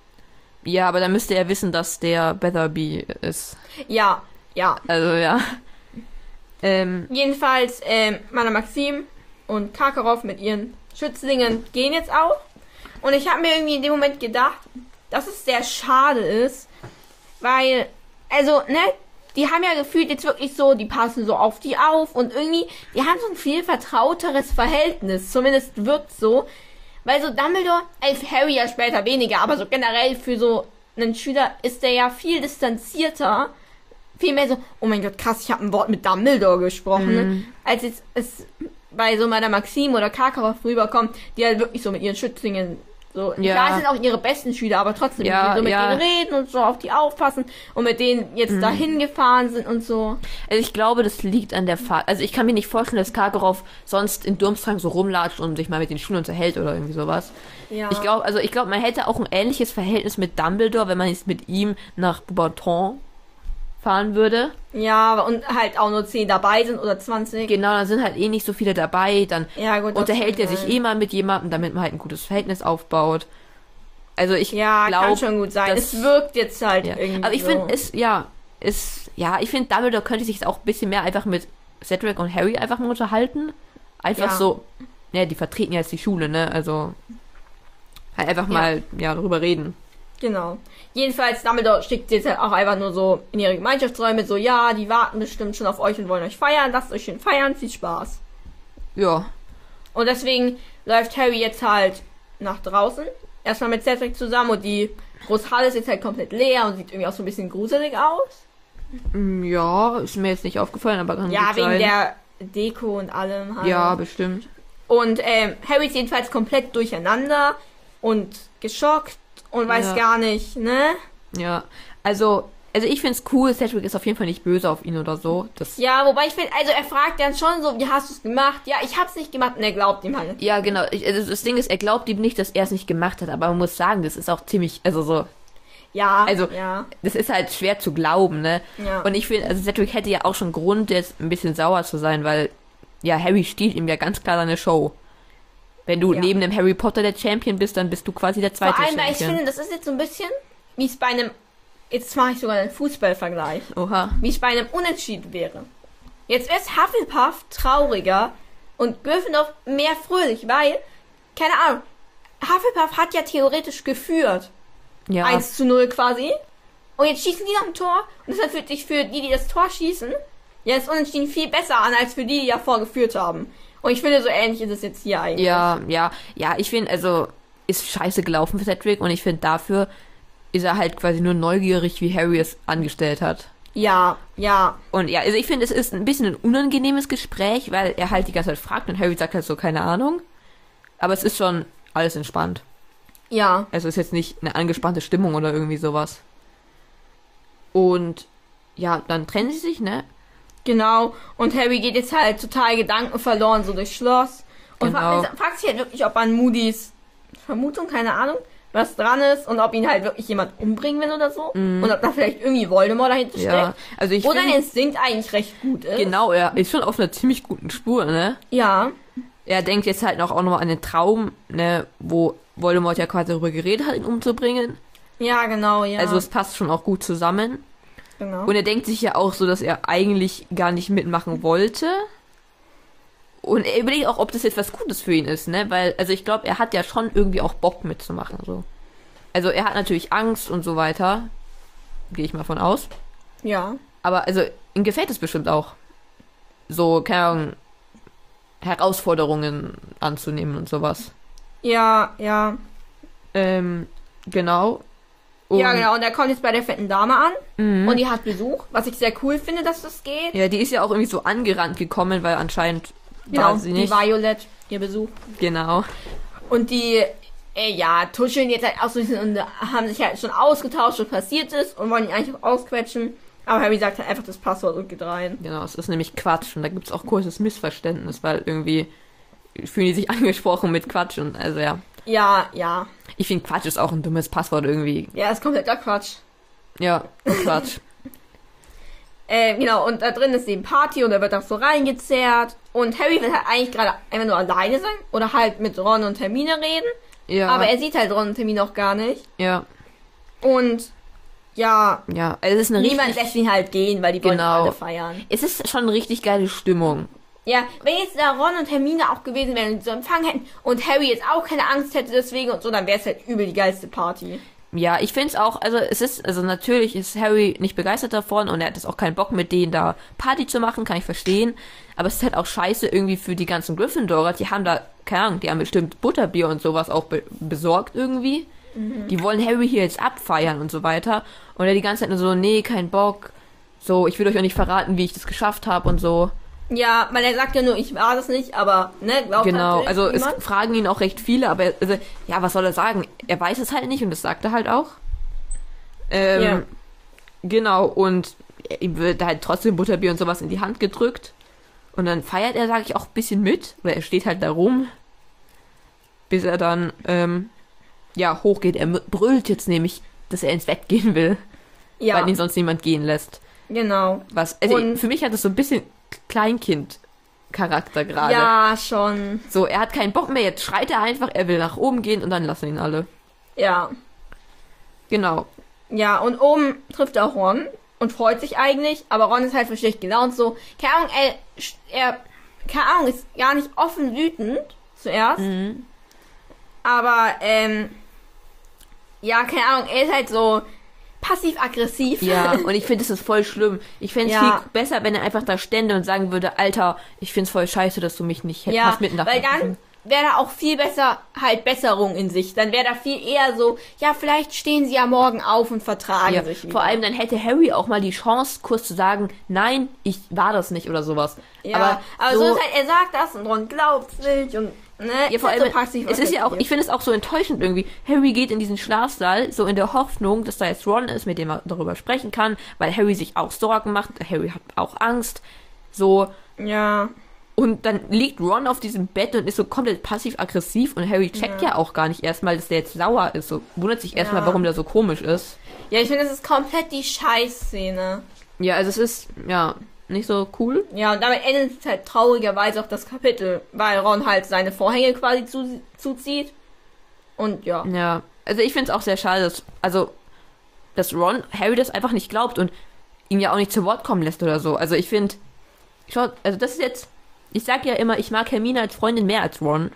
Ja, aber dann müsste er wissen, dass der Weatherby ist. Ja, ja. Also, ja. Ähm, Jedenfalls, ähm, Mana Maxim und Karkaroff mit ihren Schützlingen gehen jetzt auch. Und ich habe mir irgendwie in dem Moment gedacht, dass es sehr schade ist, weil, also, ne, die haben ja gefühlt jetzt wirklich so, die passen so auf die auf und irgendwie, die haben so ein viel vertrauteres Verhältnis, zumindest wirkt so, weil so Dumbledore, äh, für Harry ja später weniger, aber so generell für so einen Schüler ist der ja viel distanzierter, viel mehr so, oh mein Gott, krass, ich habe ein Wort mit Dumbledore gesprochen, ne? Als jetzt es bei so meiner Maxim oder Karkaroff rüberkommt, die halt wirklich so mit ihren Schützlingen so, Ja. klar sind auch ihre besten Schüler, aber trotzdem Ja, die so mit ja. denen reden und so auf die aufpassen und mit denen jetzt dahin gefahren sind und so. also ich glaube, das liegt an der Fahrt. Also ich kann mir nicht vorstellen, dass Karkaroff sonst in Durmstrang so rumlatscht und sich mal mit den Schulen unterhält oder irgendwie sowas. Ja. Ich glaube, also ich glaube, man hätte auch ein ähnliches Verhältnis mit Dumbledore, wenn man es mit ihm nach Beauxbaton fahren würde. Ja, und halt auch nur zehn dabei sind oder zwanzig. Genau, dann sind halt eh nicht so viele dabei. Dann Ja, gut, das unterhält er kann sich sein. eh mal mit jemandem, damit man halt ein gutes Verhältnis aufbaut. Also ich Ja, glaube, kann schon gut sein. dass- Es wirkt jetzt halt ja. irgendwie Aber ich so. finde, es, ja, es, ja, ich finde, Dumbledore könnte sich auch ein bisschen mehr einfach mit Cedric und Harry einfach mal unterhalten. Einfach Ja. so, ja, die vertreten ja jetzt die Schule, ne? Also halt einfach Ja. mal, ja, darüber reden. Genau. Jedenfalls, Dumbledore schickt jetzt halt auch einfach nur so in ihre Gemeinschaftsräume so, ja, die warten bestimmt schon auf euch und wollen euch feiern. Lasst euch schön feiern. Viel Spaß. Ja, Und deswegen läuft Harry jetzt halt nach draußen. Erstmal mit Cedric zusammen und die große Halle ist jetzt halt komplett leer und sieht irgendwie auch so ein bisschen gruselig aus. Mm, ja, ist mir jetzt nicht aufgefallen, aber kann Ja, gut wegen sein. der Deko und allem halt. Ja, bestimmt. Und ähm, Harry ist jedenfalls komplett durcheinander und geschockt und weiß Ja. gar nicht, ne? Ja, also, also ich find's cool, Cedric ist auf jeden Fall nicht böse auf ihn oder so. Das, Ja, wobei ich finde, also er fragt dann schon so, wie hast du es gemacht? Ja, ich hab's nicht gemacht und er glaubt ihm halt. ja, genau. Ich, also das Ding ist, er glaubt ihm nicht, dass er es nicht gemacht hat, aber man muss sagen, das ist auch ziemlich, also so, Ja, Also- ja, das ist halt schwer zu glauben, ne? ja. Und ich finde, also Cedric hätte ja auch schon Grund, jetzt ein bisschen sauer zu sein, weil, ja, Harry stiehlt ihm ja ganz klar seine Show. Wenn du Ja. neben dem Harry Potter der Champion bist, dann bist du quasi der zweite Vor allem, weil ich Champion. finde, das ist jetzt so ein bisschen, wie es bei einem, jetzt mache ich sogar einen Fußballvergleich, Oha. wie es bei einem Unentschieden wäre. Jetzt wäre es Hufflepuff trauriger und Gryffindor mehr fröhlich, weil, keine Ahnung, Hufflepuff hat ja theoretisch geführt. Ja. eins zu null quasi. Und jetzt schießen die noch ein Tor. Und das fühlt sich für die, die das Tor schießen, ja, das Unentschieden viel besser an, als für die, die davor geführt haben. Und ich finde, so ähnlich ist es jetzt hier eigentlich. Ja, ja, ja, ich finde, also, ist scheiße gelaufen für Cedric und ich finde, dafür ist er halt quasi nur neugierig, wie Harry es angestellt hat. Ja, ja. Und ja, also ich finde, es ist ein bisschen ein unangenehmes Gespräch, weil er halt die ganze Zeit fragt und Harry sagt halt so, keine Ahnung. Aber es ist schon alles entspannt. Ja. Also es ist jetzt nicht eine angespannte Stimmung oder irgendwie sowas. Und ja, dann trennen sie sich, ne? Genau. Und Harry geht jetzt halt total gedankenverloren so durchs Schloss. Und Genau. fragt, fragt sich halt wirklich, ob an Moody's Vermutung, keine Ahnung, was dran ist und ob ihn halt wirklich jemand umbringen will oder so. Und ob da vielleicht irgendwie Voldemort dahinter Mhm. Ja, steckt. also ich Wo sein finde, Instinkt eigentlich recht gut ist. genau, er ist schon auf einer ziemlich guten Spur, ne? Ja. Er denkt jetzt halt noch auch noch an den Traum, ne, wo Voldemort ja quasi darüber geredet hat, ihn umzubringen. Ja, genau, ja. Also es passt schon auch gut zusammen. genau. Und er denkt sich ja auch so, dass er eigentlich gar nicht mitmachen wollte. Und er überlegt auch, ob das jetzt was Gutes für ihn ist, ne? Weil, also ich glaube, er hat ja schon irgendwie auch Bock mitzumachen, so. Also er hat natürlich Angst und so weiter. Gehe ich mal von aus. ja. Aber also, ihm gefällt es bestimmt auch. So, keine Ahnung, Herausforderungen anzunehmen und sowas. Ja, ja. Ähm, genau. Und, Ja, genau. Und er kommt jetzt bei der fetten Dame an. Mhm. Und die hat Besuch. Was ich sehr cool finde, dass das geht. Ja, die ist ja auch irgendwie so angerannt gekommen, weil anscheinend Genau, war sie die nicht. Violet, ihr Besuch. Genau. Und die, äh, ja, tuscheln jetzt halt auch so ein bisschen und haben sich halt schon ausgetauscht, was passiert ist und wollen ihn eigentlich auch ausquetschen. Aber Harry sagt halt einfach das Passwort und geht rein. Genau, es ist nämlich Quatsch und da gibt's auch kurzes Missverständnis, weil irgendwie fühlen die sich angesprochen mit Quatsch und also ja. Ja, ja. Ich finde Quatsch ist auch ein dummes Passwort irgendwie. Ja, ist kompletter Quatsch. Ja, Quatsch. Äh, genau, und da drin ist eben Party und er wird auch so reingezerrt. Und Harry will halt eigentlich gerade einfach nur alleine sein oder halt mit Ron und Hermine reden. Ja. Aber er sieht halt Ron und Hermine auch gar nicht. ja, Und ja, ja, also es ist eine niemand richtig, lässt ihn halt gehen, weil die wollen Genau. alle feiern. es ist schon eine richtig geile Stimmung. Ja, wenn jetzt da Ron und Hermine auch gewesen wären und die so empfangen hätten und Harry jetzt auch keine Angst hätte deswegen und so, dann wäre es halt übel die geilste Party. Ja, ich find's auch, also es ist, also natürlich ist Harry nicht begeistert davon und er hat jetzt auch keinen Bock mit denen da Party zu machen, kann ich verstehen. Aber es ist halt auch scheiße irgendwie für die ganzen Gryffindorer, die haben da, keine Ahnung, die haben bestimmt Butterbier und sowas auch be besorgt irgendwie. Mhm. Die wollen Harry hier jetzt abfeiern und so weiter. Und er die ganze Zeit nur so, nee, kein Bock. So, ich will euch auch nicht verraten, wie ich das geschafft habe und so. Ja, weil er sagt ja nur, ich war das nicht, aber, ne, glaubt Genau, halt also es niemand. fragen ihn auch recht viele, aber er- also, ja, was soll er sagen? Er weiß es halt nicht und das sagt er halt auch. Ähm, Ja. Genau, und ihm wird halt trotzdem Butterbier und sowas in die Hand gedrückt. Und dann feiert er, sage ich, auch ein bisschen mit, weil er steht halt da rum, bis er dann, ähm, ja, hochgeht. Er m- brüllt jetzt nämlich, dass er ins Bett gehen will, Ja, weil ihn sonst niemand gehen lässt. Genau. Was, also Und- für mich hat es so ein bisschen Kleinkind-Charakter gerade. Ja, schon. So, er hat keinen Bock mehr, jetzt schreit er einfach, er will nach oben gehen und dann lassen ihn alle. Ja. Genau. Ja, und oben trifft er Ron und freut sich eigentlich, aber Ron ist halt für schlecht gelaunt so. Keine Ahnung, er, er keine Ahnung, ist gar nicht offen wütend zuerst. Mhm. Aber, ähm, ja, keine Ahnung, er ist halt so passiv-aggressiv. Ja, und ich finde, es ist voll schlimm. Ich fände es Ja. viel besser, wenn er einfach da stände und sagen würde, Alter, ich find's voll scheiße, dass du mich nicht hätt- Ja, hast mitten nach weil dann wäre da auch viel besser halt Besserung in sich. Dann wäre da viel eher so, ja, vielleicht stehen sie ja morgen auf und vertragen Ja, sich wieder. vor allem dann hätte Harry auch mal die Chance, kurz zu sagen, nein, ich war das nicht oder sowas. Ja, aber, aber so, ist halt, er sagt das und Ron glaubt's nicht und, ne, ja, vor ist halt allem, so passiv es ist ja auch, aggressiv. ich finde es auch so enttäuschend irgendwie. Harry geht in diesen Schlafsaal, so in der Hoffnung, dass da jetzt Ron ist, mit dem er darüber sprechen kann, weil Harry sich auch Sorgen macht, Harry hat auch Angst, so. Ja, Und dann liegt Ron auf diesem Bett und ist so komplett passiv-aggressiv und Harry checkt ja. ja auch gar nicht erstmal, dass der jetzt sauer ist. So wundert sich erstmal, Ja. warum der so komisch ist. ja, ich finde, das ist komplett die Scheißszene. Ja, also es ist, ja, nicht so cool. Ja, und damit endet es halt traurigerweise auch das Kapitel, weil Ron halt seine Vorhänge quasi zu, zuzieht. Und ja. Ja, also ich finde es auch sehr schade, dass, also, dass Ron Harry das einfach nicht glaubt und ihn ja auch nicht zu Wort kommen lässt oder so. Also ich finde, schaut, also das ist jetzt, ich sag ja immer, ich mag Hermine als Freundin mehr als Ron.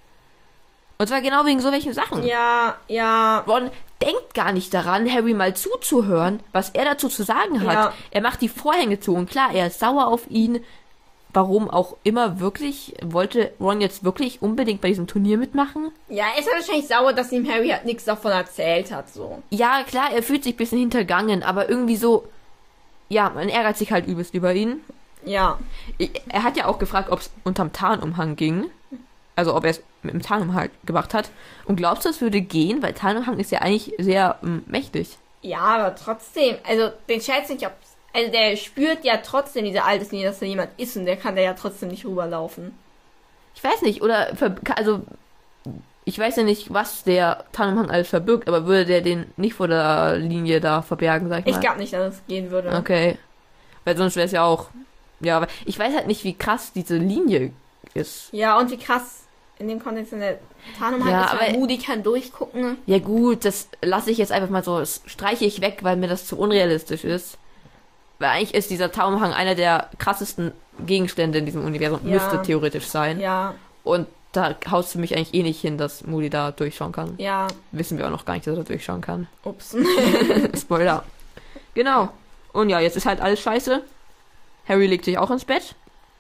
Und zwar genau wegen so welchen Sachen. Ja, ja. Ron denkt gar nicht daran, Harry mal zuzuhören, was er dazu zu sagen hat. Ja. Er macht die Vorhänge zu und klar, er ist sauer auf ihn. Warum auch immer wirklich, wollte Ron jetzt wirklich unbedingt bei diesem Turnier mitmachen? Ja, er ist halt wahrscheinlich sauer, dass ihm Harry halt nichts davon erzählt hat, so. Ja, klar, er fühlt sich ein bisschen hintergangen, aber irgendwie so, ja, man ärgert sich halt übelst über ihn. Ja. Er hat ja auch gefragt, ob es unterm Tarnumhang ging. Also ob er es mit dem Tarnumhang gemacht hat. Und glaubst du, es würde gehen? Weil Tarnumhang ist ja eigentlich sehr ähm, mächtig. Ja, aber trotzdem, also, den schätze ich, ob, also der spürt ja trotzdem diese Alterslinie, dass da jemand ist und der kann da ja trotzdem nicht rüberlaufen. Ich weiß nicht, oder, ver- also, ich weiß ja nicht, was der Tarnumhang alles verbirgt, aber würde der den nicht vor der Linie da verbergen, sag ich mal? Ich glaube nicht, dass es gehen würde. Okay. Weil sonst wäre es ja auch, ja, aber ich weiß halt nicht, wie krass diese Linie ist. Ja, und wie krass in dem Kontext in der Tarnung Ja, halt ist, weil aber- Moody kann durchgucken. Ja gut, das lasse ich jetzt einfach mal so, das streiche ich weg, weil mir das zu unrealistisch ist. Weil eigentlich ist dieser Tarnumhang einer der krassesten Gegenstände in diesem Universum, Ja. müsste theoretisch sein. Ja, Und da haut es für mich eigentlich eh nicht hin, dass Moody da durchschauen kann. ja, Wissen wir auch noch gar nicht, dass er durchschauen kann. ups. Spoiler. Genau. Und ja, jetzt ist halt alles scheiße. Harry legt sich auch ins Bett.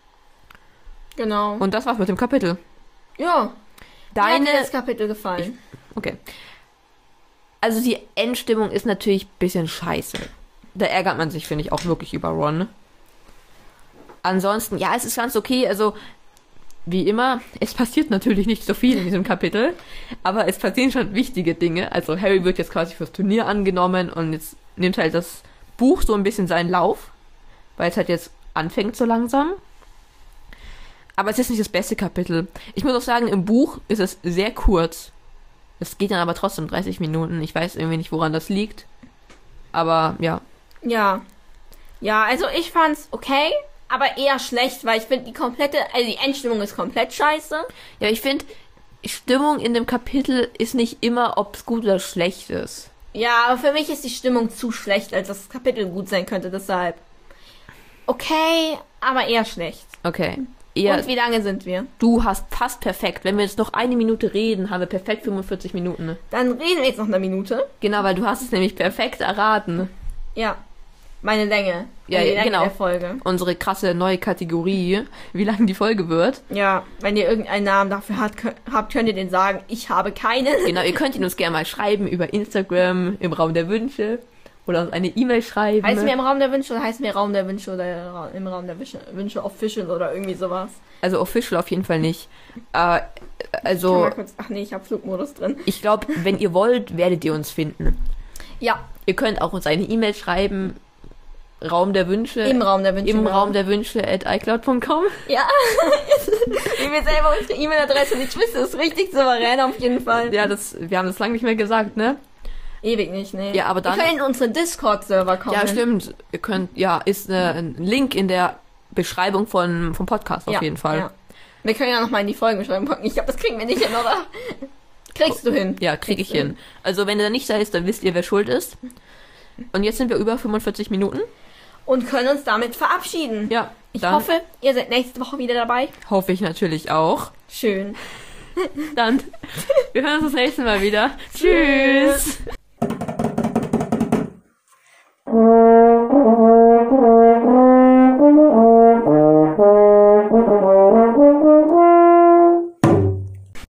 Genau. Und das war's mit dem Kapitel. Ja, mir hat Deine... mir das Kapitel gefallen. Okay. Also die Endstimmung ist natürlich ein bisschen scheiße. Da ärgert man sich, finde ich, auch wirklich über Ron. Ansonsten, ja, es ist ganz okay. Also, wie immer, es passiert natürlich nicht so viel in diesem Kapitel. Aber es passieren schon wichtige Dinge. Also Harry wird jetzt quasi fürs Turnier angenommen und jetzt nimmt halt das Buch so ein bisschen seinen Lauf. Weil es halt jetzt anfängt so langsam. Aber es ist nicht das beste Kapitel. Ich muss auch sagen, im Buch ist es sehr kurz. Es geht dann aber trotzdem dreißig Minuten. Ich weiß irgendwie nicht, woran das liegt. Aber ja. Ja. Ja, also ich fand's okay, aber eher schlecht, weil ich finde die komplette, also die Endstimmung ist komplett scheiße. Ja, ich finde, Stimmung in dem Kapitel ist nicht immer, ob es gut oder schlecht ist. Ja, aber für mich ist die Stimmung zu schlecht, als dass das Kapitel gut sein könnte, deshalb. Okay, aber eher schlecht. Okay. Eher, Und wie lange sind wir? du hast fast perfekt. Wenn wir jetzt noch eine Minute reden, haben wir perfekt fünfundvierzig Minuten. Ne? Dann reden wir jetzt noch eine Minute. Genau, weil du hast es nämlich perfekt erraten. Ja. Meine Länge. Ja, die ja, Länge genau. der Folge. Unsere krasse neue Kategorie, wie lang die Folge wird. Ja, wenn ihr irgendeinen Namen dafür habt, könnt, habt, könnt ihr den sagen. Ich habe keinen. Genau, ihr könnt ihn uns gerne mal schreiben über Instagram, im Raum der Wünsche. Oder uns eine E-Mail schreiben. Heißen wir im Raum der Wünsche oder heißen wir Raum der Wünsche oder Ra- im Raum der Wünsche, Wünsche Official oder irgendwie sowas? Also official auf jeden Fall nicht. Äh, Ich kann also, mal kurz, ach nee, ich habe Flugmodus drin. ich glaube, wenn ihr wollt, werdet ihr uns finden. Ja, Ihr könnt auch uns eine E-Mail schreiben. Raum der Wünsche. im Raum der Wünsche. Im genau. Raum der Wünsche at icloud punkt com. Ja, wie wir selber unsere E-Mail-Adresse nicht wissen, ist richtig souverän auf jeden Fall. Ja, das, wir haben das lange nicht mehr gesagt, ne? ewig nicht, ne? Ja, aber dann... Wir können in unseren Discord-Server kommen. Ja, stimmt. Ihr könnt, ja, ist äh, ein Link in der Beschreibung von, vom Podcast auf ja, jeden Fall. Ja. Wir können ja nochmal in die Folgenbeschreibung packen. Ich glaube, das kriegen wir nicht hin, oder? Kriegst du hin. Ja, krieg ich hin. Also wenn ihr da nicht da ist, dann wisst ihr, wer schuld ist. Und jetzt sind wir über fünfundvierzig Minuten. Und können uns damit verabschieden. Ja. Ich dann hoffe, ihr seid nächste Woche wieder dabei. Hoffe ich natürlich auch. Schön. Dann, wir hören uns das nächste Mal wieder. Tschüss.